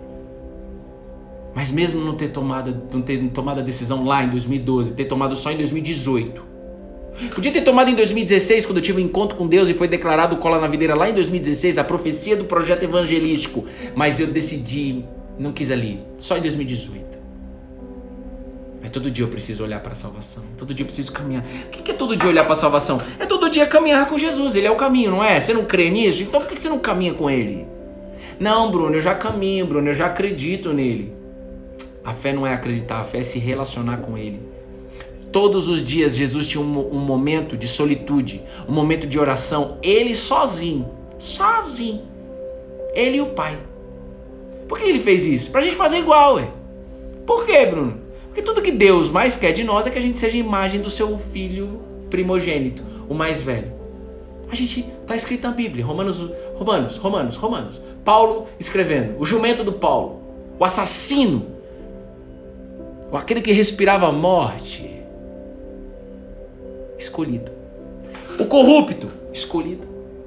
Mas mesmo não ter tomado, não ter tomado a decisão lá em dois mil e doze, ter tomado só em dois mil e dezoito. Podia ter tomado em dois mil e dezesseis, quando eu tive um encontro com Deus e foi declarado cola na videira lá em dois mil e dezesseis, a profecia do projeto evangelístico. Mas eu decidi, não quis ali, só em dois mil e dezoito. Mas todo dia eu preciso olhar para a salvação. Todo dia eu preciso caminhar. O que é todo dia olhar para a salvação? É todo dia caminhar com Jesus. Ele é o caminho, não é? Você não crê nisso? Então por que você não caminha com Ele? Não, Bruno, eu já caminho, Bruno, eu já acredito nele. A fé não é acreditar, a fé é se relacionar com Ele. Todos os dias Jesus tinha um, um momento de solitude, um momento de oração, Ele sozinho, sozinho. Ele e o Pai. Por que Ele fez isso? Pra gente fazer igual, ué. Por quê, Bruno? Porque tudo que Deus mais quer de nós é que a gente seja a imagem do seu filho primogênito, o mais velho. A gente, tá escrito na Bíblia, Romanos, Romanos, Romanos, Romanos. Paulo escrevendo, o jumento do Paulo, o assassino, aquele que respirava a morte, escolhido. O corrupto, escolhido.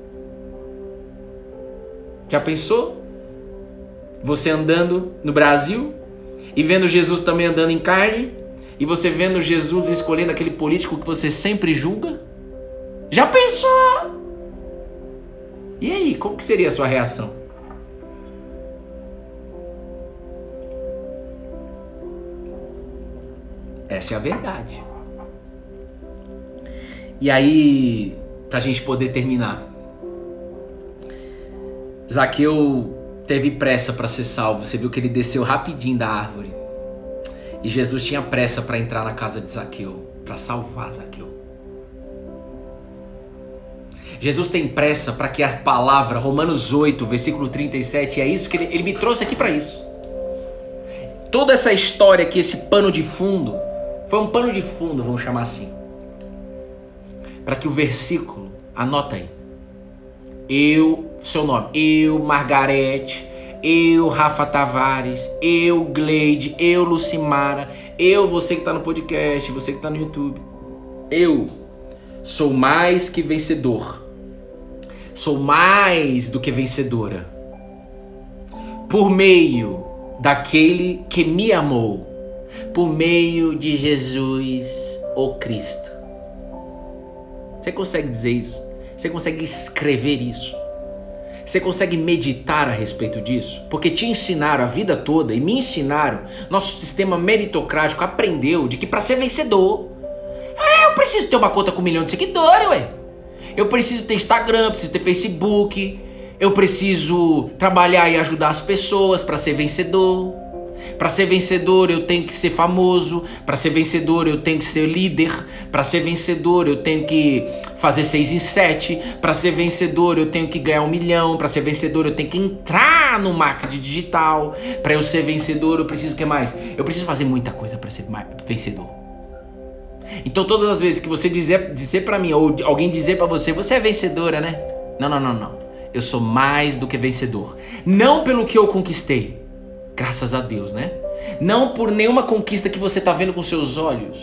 Já pensou? Você andando no Brasil e vendo Jesus também andando em carne, e você vendo Jesus escolhendo aquele político que você sempre julga? Já pensou? E aí, como que seria a sua reação? Essa é a verdade. E aí, pra gente poder terminar, Zaqueu teve pressa para ser salvo. Você viu que ele desceu rapidinho da árvore. E Jesus tinha pressa para entrar na casa de Zaqueu, para salvar Zaqueu. Jesus tem pressa para que a palavra, Romanos oito, versículo trinta e sete, é isso que ele, ele me trouxe aqui para isso. Toda essa história aqui, esse pano de fundo, foi um pano de fundo, vamos chamar assim, para que o versículo, anota aí, eu, seu nome, eu, Margarete, eu, Rafa Tavares, eu, Gleide, eu, Lucimara, eu, você que está no podcast, você que está no YouTube, eu sou mais que vencedor, sou mais do que vencedora, por meio daquele que me amou, por meio de Jesus, o Cristo. Você consegue dizer isso? Você consegue escrever isso? Você consegue meditar a respeito disso? Porque te ensinaram a vida toda e me ensinaram, nosso sistema meritocrático aprendeu de que para ser vencedor, ah, eu preciso ter uma conta com um milhão de seguidores, ué. Eu preciso ter Instagram, preciso ter Facebook, eu preciso trabalhar e ajudar as pessoas para ser vencedor. Para ser vencedor eu tenho que ser famoso, para ser vencedor eu tenho que ser líder, para ser vencedor eu tenho que fazer seis em sete, para ser vencedor eu tenho que ganhar um milhão, para ser vencedor eu tenho que entrar no marketing digital, para eu ser vencedor eu preciso o que mais? Eu preciso fazer muita coisa para ser vencedor. Então todas as vezes que você dizer, dizer para mim, ou alguém dizer para você, você é vencedora, né? Não, não, não, não. Eu sou mais do que vencedor. Não pelo que eu conquistei. Graças a Deus, né? Não por nenhuma conquista que você está vendo com seus olhos.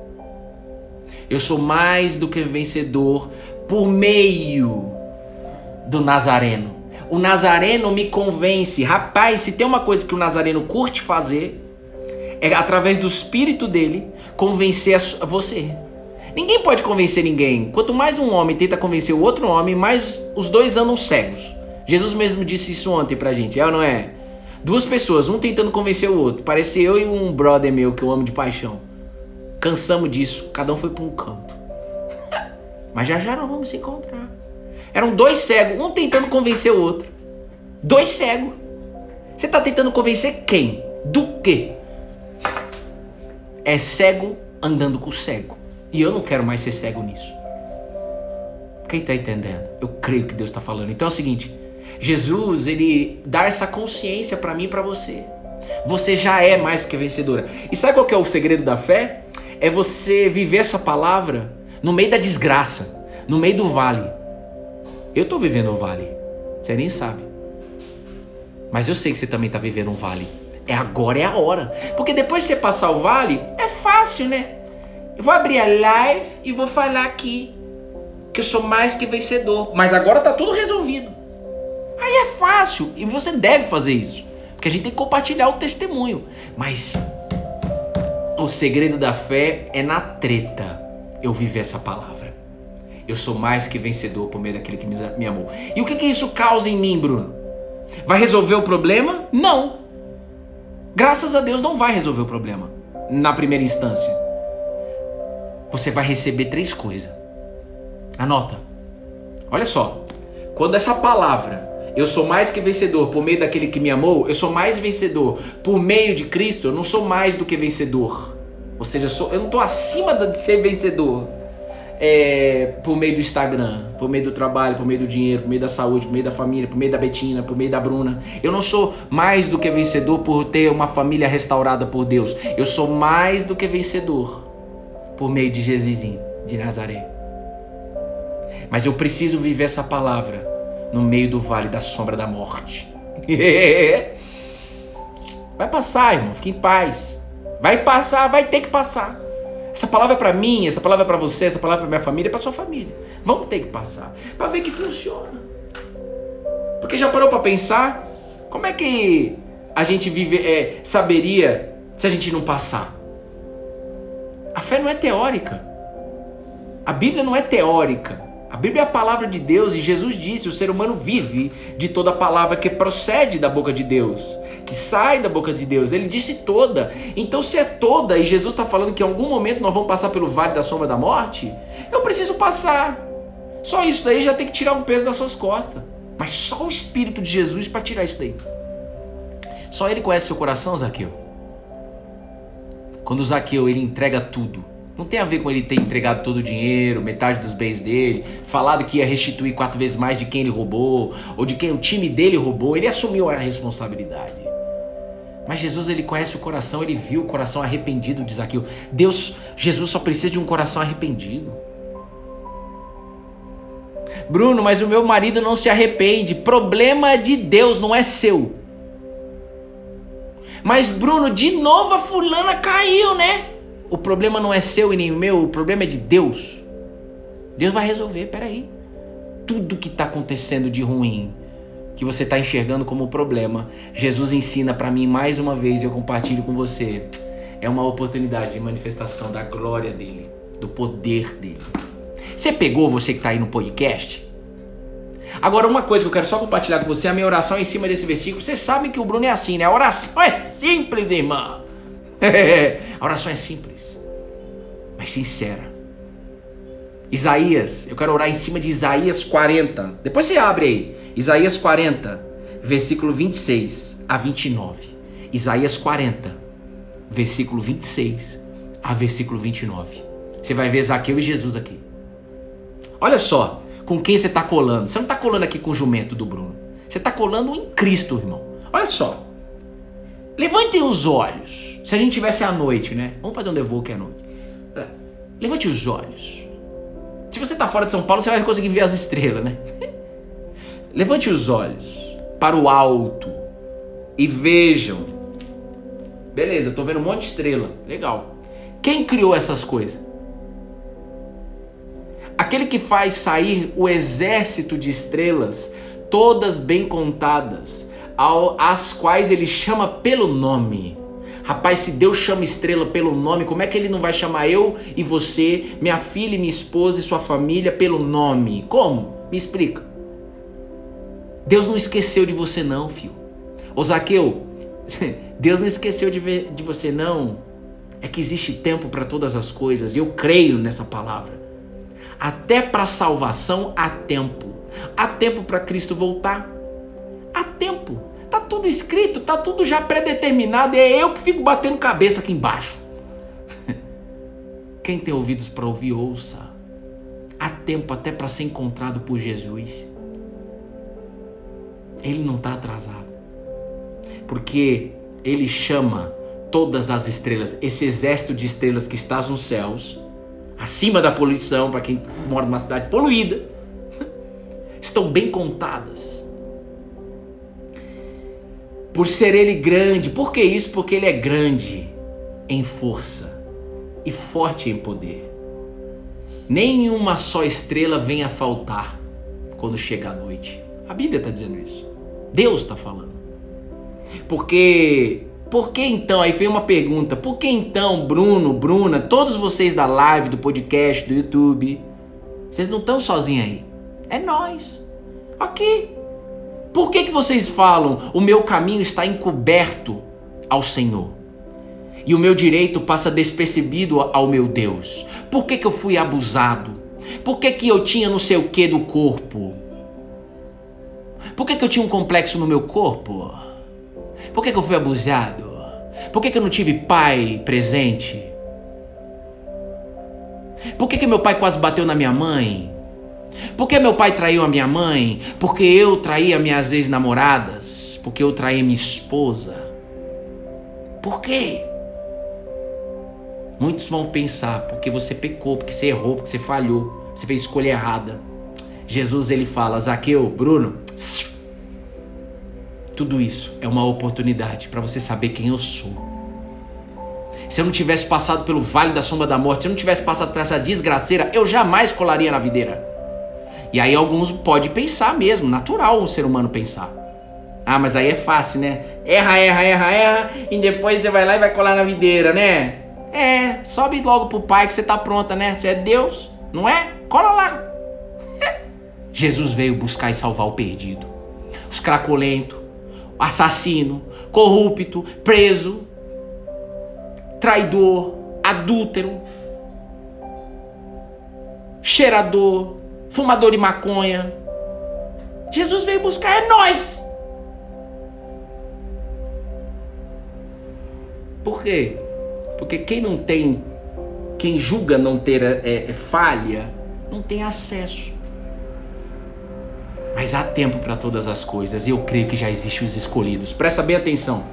Eu sou mais do que vencedor por meio do Nazareno. O Nazareno me convence. Rapaz, se tem uma coisa que o Nazareno curte fazer, é através do espírito dele convencer a você. Ninguém pode convencer ninguém. Quanto mais um homem tenta convencer o outro homem, mais os dois andam cegos. Jesus mesmo disse isso ontem pra gente, é ou não é? Duas pessoas, um tentando convencer o outro. Parece eu e um brother meu que eu amo de paixão. Cansamos disso, cada um foi para um canto. Mas já já nós vamos se encontrar. Eram dois cegos, um tentando convencer o outro. Dois cegos. Você tá tentando convencer quem? Do quê? É cego andando com cego. E eu não quero mais ser cego nisso. Quem tá entendendo? Eu creio que Deus tá falando. Então é o seguinte, Jesus, ele dá essa consciência para mim e para você. Você já é mais que vencedora. E sabe qual que é o segredo da fé? É você viver essa palavra no meio da desgraça, no meio do vale. Eu tô vivendo o vale, você nem sabe. Mas eu sei que você também tá vivendo um vale. É agora, é a hora. Porque depois de você passar o vale, é fácil, né? Eu vou abrir a live e vou falar aqui que eu sou mais que vencedor. Mas agora tá tudo resolvido. Aí é fácil. E você deve fazer isso. Porque a gente tem que compartilhar o testemunho. Mas o segredo da fé é na treta eu viver essa palavra. Eu sou mais que vencedor por meio daquele que me amou. E o que que isso causa em mim, Bruno? Vai resolver o problema? Não. Graças a Deus não vai resolver o problema na primeira instância. Você vai receber três coisas. Anota. Olha só. Quando essa palavra, eu sou mais que vencedor por meio daquele que me amou, eu sou mais vencedor por meio de Cristo, eu não sou mais do que vencedor. Ou seja, eu, sou, eu não estou acima de ser vencedor. É, por meio do Instagram, por meio do trabalho, por meio do dinheiro, por meio da saúde, por meio da família, por meio da Betina, por meio da Bruna. Eu não sou mais do que vencedor por ter uma família restaurada por Deus. Eu sou mais do que vencedor por meio de Jesusinho de Nazaré. Mas eu preciso viver essa palavra no meio do vale da sombra da morte. Vai passar, irmão, fique em paz. Vai passar, vai ter que passar. Essa palavra é para mim, essa palavra é para você, essa palavra é para minha família, é para sua família. Vamos ter que passar para ver que funciona. Porque já parou para pensar como é que a gente vive, é, saberia se a gente não passar? A fé não é teórica. A Bíblia não é teórica. A Bíblia é a palavra de Deus e Jesus disse, o ser humano vive de toda palavra que procede da boca de Deus, que sai da boca de Deus. Ele disse toda. Então se é toda e Jesus está falando que em algum momento nós vamos passar pelo vale da sombra da morte, eu preciso passar. Só isso daí já tem que tirar um peso das suas costas. Mas só o Espírito de Jesus para tirar isso daí. Só Ele conhece seu coração, Zaqueu. Quando o Zaqueu ele entrega tudo, não tem a ver com ele ter entregado todo o dinheiro, metade dos bens dele, falado que ia restituir quatro vezes mais de quem ele roubou, ou de quem o time dele roubou. Ele assumiu a responsabilidade. Mas Jesus, ele conhece o coração, ele viu o coração arrependido de Zaqueu. Deus, Jesus só precisa de um coração arrependido. Bruno, mas o meu marido não se arrepende. Problema de Deus, não é seu. Mas Bruno, de novo a fulana caiu, né? O problema não é seu e nem meu, o problema é de Deus. Deus vai resolver, peraí. Tudo que está acontecendo de ruim, que você está enxergando como problema, Jesus ensina para mim mais uma vez e eu compartilho com você. É uma oportunidade de manifestação da glória dele, do poder dele. Você pegou, você que está aí no podcast? Agora uma coisa que eu quero só compartilhar com você, a minha oração é em cima desse versículo. Vocês sabem que o Bruno é assim, né? A oração é simples, irmão. A oração é simples, mas sincera. Isaías, eu quero orar em cima de Isaías quarenta. Depois você abre aí. Isaías quarenta, versículo vinte e seis a vinte e nove. Isaías quarenta, versículo vinte e seis a versículo vinte e nove. Você vai ver Zaqueu e Jesus aqui. Olha só com quem você está colando. Você não está colando aqui com o jumento do Bruno. Você está colando em Cristo, irmão. Olha só. Levantem os olhos. Se a gente tivesse à noite, né? Vamos fazer um devoque à noite. Levante os olhos. Se você está fora de São Paulo, você vai conseguir ver as estrelas, né? Levante os olhos para o alto e vejam. Beleza, eu tô vendo um monte de estrela. Legal. Quem criou essas coisas? Aquele que faz sair o exército de estrelas, todas bem contadas, ao, as quais ele chama pelo nome. Rapaz, se Deus chama estrela pelo nome, como é que ele não vai chamar eu e você, minha filha e minha esposa e sua família pelo nome? Como? Me explica. Deus não esqueceu de você não, filho. Ô Zaqueu, Deus não esqueceu de, ver, de você, não. É que existe tempo para todas as coisas. E eu creio nessa palavra. Até para salvação há tempo. Há tempo para Cristo voltar. Há tempo. Tá tudo escrito, tá tudo já predeterminado. E é eu que fico batendo cabeça aqui embaixo. Quem tem ouvidos para ouvir, ouça. Há tempo até para ser encontrado por Jesus. Ele não está atrasado. Porque ele chama todas as estrelas, esse exército de estrelas que está nos céus, acima da poluição, para quem mora numa cidade poluída, estão bem contadas. Por ser ele grande. Por que isso? Porque ele é grande em força e forte em poder. Nenhuma só estrela vem a faltar quando chega a noite. A Bíblia está dizendo isso. Deus está falando. Porque, por que então, aí veio uma pergunta, por que então, Bruno, Bruna, todos vocês da live, do podcast, do YouTube, vocês não estão sozinhos aí? É nós. Aqui. Por que que vocês falam, o meu caminho está encoberto ao Senhor? E o meu direito passa despercebido ao meu Deus? Por que que eu fui abusado? Por que que eu tinha não sei o que do corpo? Por que que eu tinha um complexo no meu corpo? Por que que eu fui abusado? Por que que eu não tive pai presente? Por que que meu pai quase bateu na minha mãe? Por que meu pai traiu a minha mãe? Porque eu traí as minhas ex-namoradas? Porque eu traí minha esposa? Por quê? Muitos vão pensar, porque você pecou, porque você errou, porque você falhou, você fez escolha errada. Jesus, ele fala, Zaqueu, Bruno, tudo isso é uma oportunidade para você saber quem eu sou. Se eu não tivesse passado pelo vale da sombra da morte, se eu não tivesse passado por essa desgraceira, eu jamais colaria na videira. E aí alguns podem pensar mesmo, natural um ser humano pensar. Ah, mas aí é fácil, né? Erra, erra, erra, erra, e depois você vai lá e vai colar na videira, né? É, sobe logo pro pai que você tá pronta, né? Você é Deus, não é? Cola lá. Jesus veio buscar e salvar o perdido. Os cracolentos, assassino, corrupto, preso, traidor, adúltero, cheirador, fumador de maconha. Jesus veio buscar é nós. Por quê? Porque quem não tem, quem julga não ter é, é, falha, não tem acesso. Mas há tempo para todas as coisas. E eu creio que já existem os escolhidos. Presta bem atenção.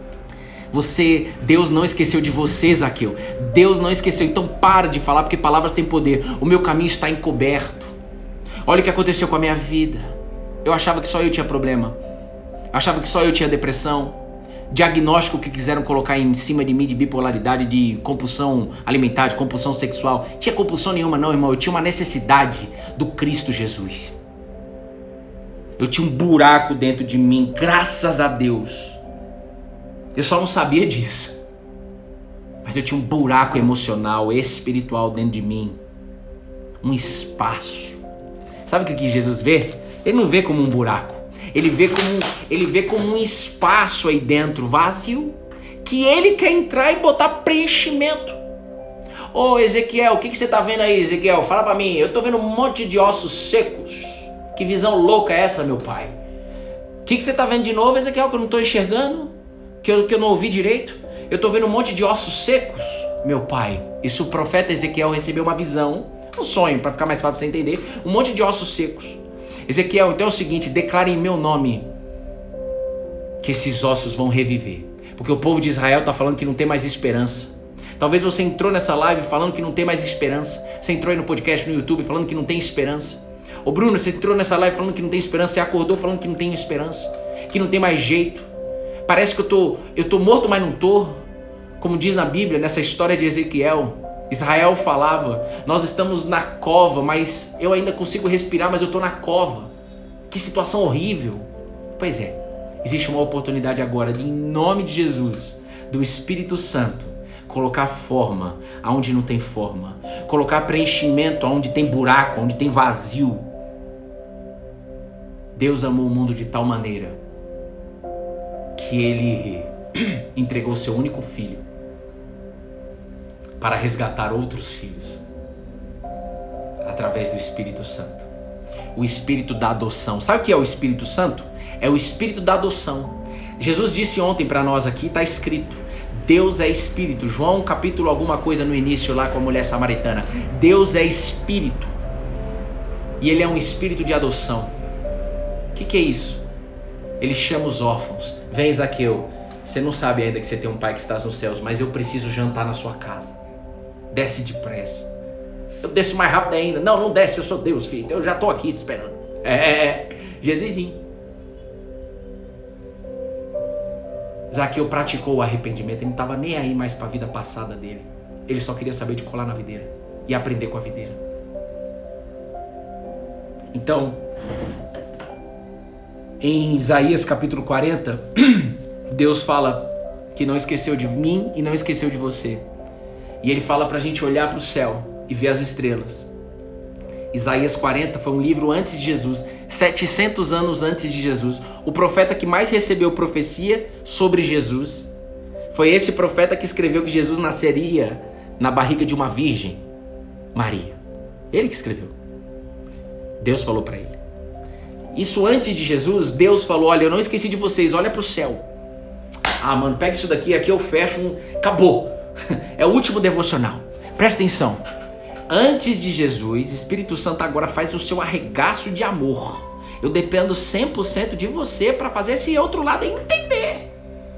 Você, Deus não esqueceu de você, Zaqueu. Deus não esqueceu. Então para de falar, porque palavras têm poder. O meu caminho está encoberto. Olha o que aconteceu com a minha vida. Eu achava que só eu tinha problema. Eu achava que só eu tinha depressão. Diagnóstico que quiseram colocar em cima de mim de bipolaridade, de compulsão alimentar, de compulsão sexual. Tinha compulsão nenhuma não, irmão. Eu tinha uma necessidade do Cristo Jesus. Eu tinha um buraco dentro de mim, graças a Deus. Eu só não sabia disso. Mas eu tinha um buraco emocional, espiritual dentro de mim. Um espaço. Sabe o que Jesus vê? Ele não vê como um buraco. Ele vê como, ele vê como um espaço aí dentro, vazio, que ele quer entrar e botar preenchimento. Ô Ezequiel, o que, que você tá vendo aí, Ezequiel? Fala pra mim. Eu tô vendo um monte de ossos secos. Que visão louca é essa, meu pai? O que, que você tá vendo de novo, Ezequiel, que eu não tô enxergando? Que eu, que eu não ouvi direito? Eu tô vendo um monte de ossos secos, meu pai. Isso o profeta Ezequiel recebeu uma visão, um sonho, para ficar mais fácil pra você entender. Um monte de ossos secos. Ezequiel, então é o seguinte, declare em meu nome que esses ossos vão reviver. Porque o povo de Israel tá falando que não tem mais esperança. Talvez você entrou nessa live falando que não tem mais esperança. Você entrou aí no podcast, no YouTube, falando que não tem esperança. Ô Bruno, você entrou nessa live falando que não tem esperança, você acordou falando que não tem esperança, que não tem mais jeito. Parece que eu tô, eu tô morto, mas não tô. Como diz na Bíblia, nessa história de Ezequiel, Israel falava, nós estamos na cova, mas eu ainda consigo respirar, mas eu tô na cova. Que situação horrível. Pois é, existe uma oportunidade agora de, em nome de Jesus, do Espírito Santo, colocar forma aonde não tem forma, colocar preenchimento aonde tem buraco, onde tem vazio. Deus amou o mundo de tal maneira que Ele entregou seu único filho para resgatar outros filhos através do Espírito Santo. O Espírito da adoção. Sabe o que é o Espírito Santo? É o Espírito da adoção. Jesus disse ontem para nós aqui, está escrito, Deus é Espírito. João capítulo alguma coisa no início lá com a mulher samaritana. Deus é Espírito. E Ele é um Espírito de adoção. O que, que é isso? Ele chama os órfãos. Vem, Zaqueu, você não sabe ainda que você tem um pai que está nos céus, mas eu preciso jantar na sua casa. Desce depressa. Eu desço mais rápido ainda. Não, não desce, eu sou Deus, filho. Eu já estou aqui te esperando. É, Jesusinho. Zaqueu praticou o arrependimento. Ele não estava nem aí mais para a vida passada dele. Ele só queria saber de colar na videira e aprender com a videira. Então, em Isaías capítulo quarenta, Deus fala que não esqueceu de mim e não esqueceu de você. E Ele fala para a gente olhar para o céu e ver as estrelas. Isaías quarenta foi um livro antes de Jesus, setecentos anos antes de Jesus. O profeta que mais recebeu profecia sobre Jesus foi esse profeta que escreveu que Jesus nasceria na barriga de uma virgem, Maria. Ele que escreveu. Deus falou para ele. Isso antes de Jesus, Deus falou, olha, eu não esqueci de vocês, olha para o céu. Ah, mano, pega isso daqui, aqui eu fecho, um... acabou. É o último devocional. Presta atenção. Antes de Jesus, Espírito Santo agora faz o seu arregaço de amor. Eu dependo cem por cento de você para fazer esse outro lado entender.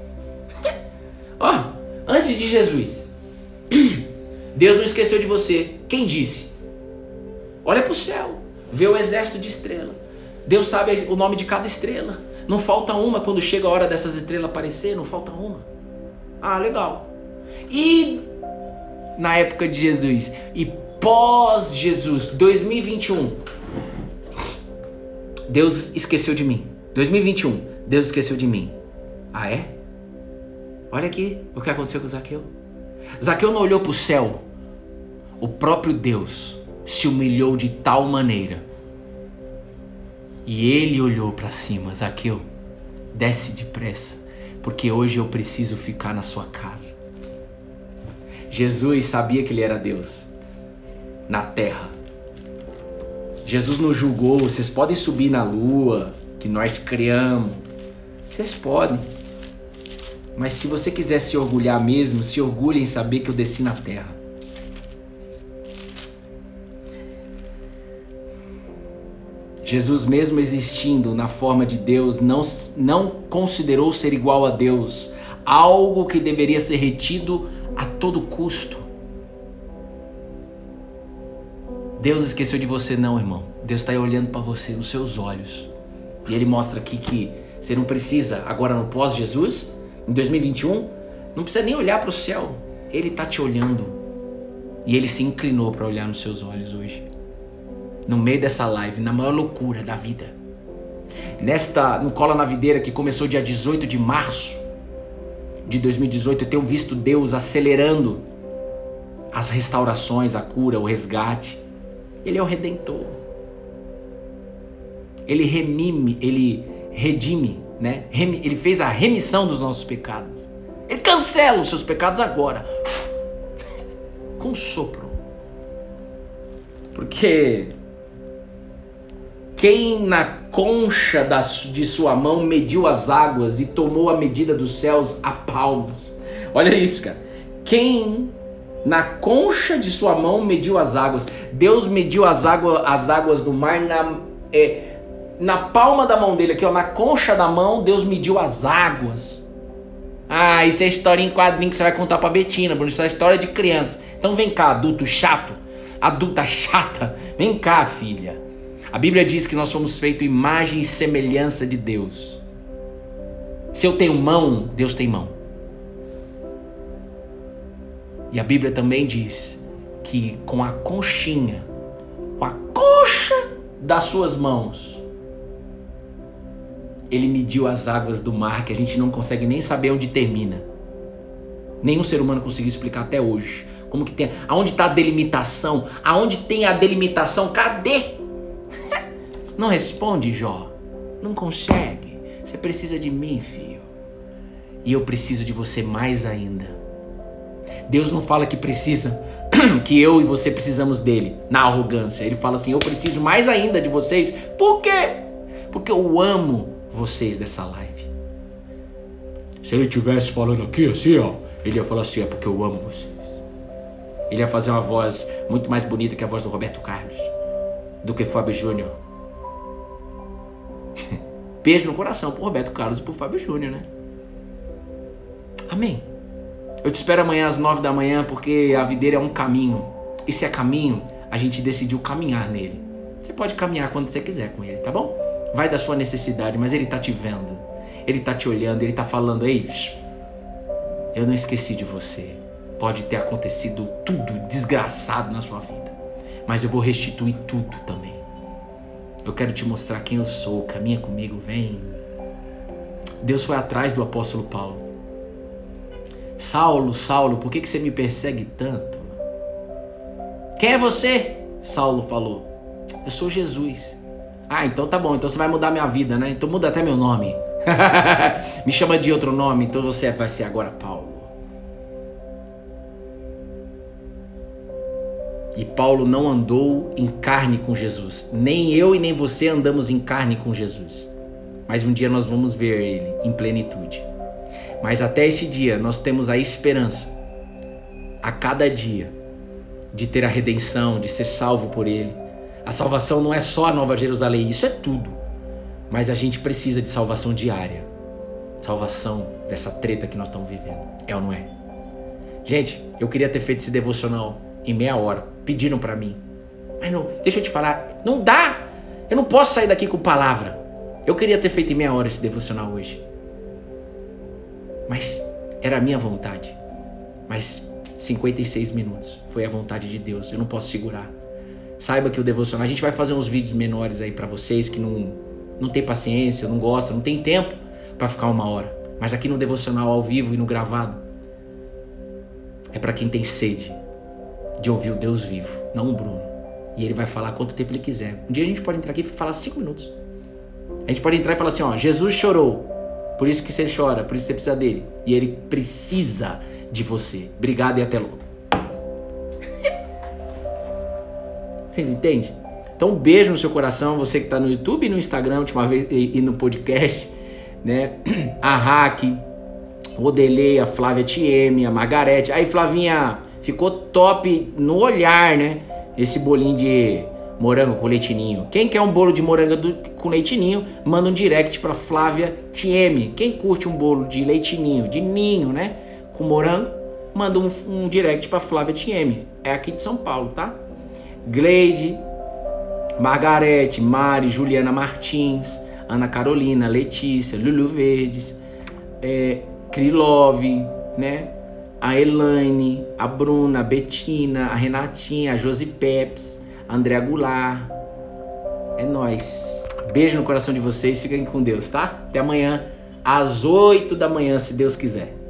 Ó, oh, antes de Jesus, Deus não esqueceu de você. Quem disse? Olha para o céu, vê o exército de estrela. Deus sabe o nome de cada estrela. Não falta uma quando chega a hora dessas estrelas aparecer, não falta uma. Ah, legal. E na época de Jesus e pós-Jesus, dois mil e vinte e um, Deus esqueceu de mim. dois mil e vinte e um, Deus esqueceu de mim. Ah, é? Olha aqui o que aconteceu com Zaqueu. Zaqueu não olhou para o céu. O próprio Deus se humilhou de tal maneira. E ele olhou para cima. Zaqueu, desce depressa, porque hoje eu preciso ficar na sua casa. Jesus sabia que ele era Deus na terra. Jesus não julgou, vocês podem subir na lua, que nós criamos. Vocês podem. Mas se você quiser se orgulhar mesmo, se orgulhe em saber que eu desci na terra. Jesus, mesmo existindo na forma de Deus, não, não considerou ser igual a Deus algo que deveria ser retido a todo custo. Deus esqueceu de você não, irmão. Deus está aí olhando para você nos seus olhos. E Ele mostra aqui que você não precisa, agora no pós-Jesus, em dois mil e vinte e um, não precisa nem olhar para o céu. Ele está te olhando. E Ele se inclinou para olhar nos seus olhos hoje. No meio dessa live, na maior loucura da vida. Nesta, no Cola na Videira, que começou dia dezoito de março de dois mil e dezoito, eu tenho visto Deus acelerando as restaurações, a cura, o resgate. Ele é o Redentor. Ele remime, ele redime, né? Ele fez a remissão dos nossos pecados. Ele cancela os seus pecados agora. Com um sopro. Porque quem na concha da, de sua mão mediu as águas e tomou a medida dos céus a palmos. Olha isso, cara. Quem na concha de sua mão mediu as águas. Deus mediu as, água, as águas do mar na, é, na palma da mão dele, aqui, ó, na concha da mão. Deus mediu as águas. Ah, isso é história em quadrinho que você vai contar pra Betina, Bruno. Isso é história de criança. Então vem cá, adulto chato, adulta chata, vem cá, filha. A Bíblia diz que nós somos feitos imagem e semelhança de Deus. Se eu tenho mão, Deus tem mão. E a Bíblia também diz que com a conchinha, com a concha das suas mãos, Ele mediu as águas do mar, que a gente não consegue nem saber onde termina. Nenhum ser humano conseguiu explicar até hoje. Como que tem, aonde está a delimitação? Aonde tem a delimitação? Cadê? Não responde, Jó. Não consegue. Você precisa de mim, filho. E eu preciso de você mais ainda. Deus não fala que precisa, que eu e você precisamos dele, na arrogância. Ele fala assim, eu preciso mais ainda de vocês. Por quê? Porque eu amo vocês dessa live. Se ele estivesse falando aqui assim, ó, ele ia falar assim, é porque eu amo vocês. Ele ia fazer uma voz muito mais bonita que a voz do Roberto Carlos, do que Fábio Júnior. Beijo no coração pro Roberto Carlos e pro Fábio Júnior, né? Amém. Eu te espero amanhã às nove da manhã, porque a videira é um caminho. E se é caminho, a gente decidiu caminhar nele. Você pode caminhar quando você quiser com ele, tá bom? Vai da sua necessidade, mas ele tá te vendo. Ele tá te olhando, ele tá falando, ei, eu não esqueci de você. Pode ter acontecido tudo desgraçado na sua vida, mas eu vou restituir tudo também. Eu quero te mostrar quem eu sou. Caminha comigo, vem. Deus foi atrás do apóstolo Paulo. Saulo, Saulo, por que que você me persegue tanto? Quem é você? Saulo falou. Eu sou Jesus. Ah, então tá bom, então você vai mudar minha vida, né? Então muda até meu nome. Me chama de outro nome, então você vai ser agora Paulo. E Paulo não andou em carne com Jesus. Nem eu e nem você andamos em carne com Jesus. Mas um dia nós vamos ver ele em plenitude. Mas até esse dia nós temos a esperança, a cada dia, de ter a redenção, de ser salvo por ele. A salvação não é só a Nova Jerusalém, isso é tudo. Mas a gente precisa de salvação diária. Salvação dessa treta que nós estamos vivendo. É ou não é? Gente, eu queria ter feito esse devocional em meia hora. Pediram pra mim. Mas não, deixa eu te falar, não dá. Eu não posso sair daqui com palavra. Eu queria ter feito em meia hora esse devocional hoje. Mas era a minha vontade. Mas cinquenta e seis minutos foi a vontade de Deus. Eu não posso segurar. Saiba que o devocional, a gente vai fazer uns vídeos menores aí pra vocês que não, não tem paciência, não gosta, não tem tempo pra ficar uma hora. Mas aqui no devocional ao vivo e no gravado é pra quem tem sede de ouvir o Deus vivo, não o Bruno. E ele vai falar quanto tempo ele quiser. Um dia a gente pode entrar aqui e falar cinco minutos. A gente pode entrar e falar assim, ó, Jesus chorou, por isso que você chora, por isso que você precisa dele. E ele precisa de você. Obrigado e até logo. Vocês entendem? Então um beijo no seu coração, você que tá no YouTube e no Instagram, última vez, e, e no podcast, né? A Hack, o Odelei, a Flávia T M, a Margarete. Aí, Flavinha, ficou top no olhar, né? Esse bolinho de morango com leitinho. Quem quer um bolo de morango do, com leitinho, manda um direct pra Flávia T M. Quem curte um bolo de leitinho, de ninho, né? Com morango, manda um, um direct pra Flávia T M. É aqui de São Paulo, tá? Gleide, Margarete, Mari, Juliana Martins, Ana Carolina, Letícia, Lulu Verdes, é, Krilove, né? A Elaine, a Bruna, a Betina, a Renatinha, a Josi Peps, a Andréa Goulart. É nóis. Beijo no coração de vocês, fiquem com Deus, tá? Até amanhã, às oito da manhã, se Deus quiser.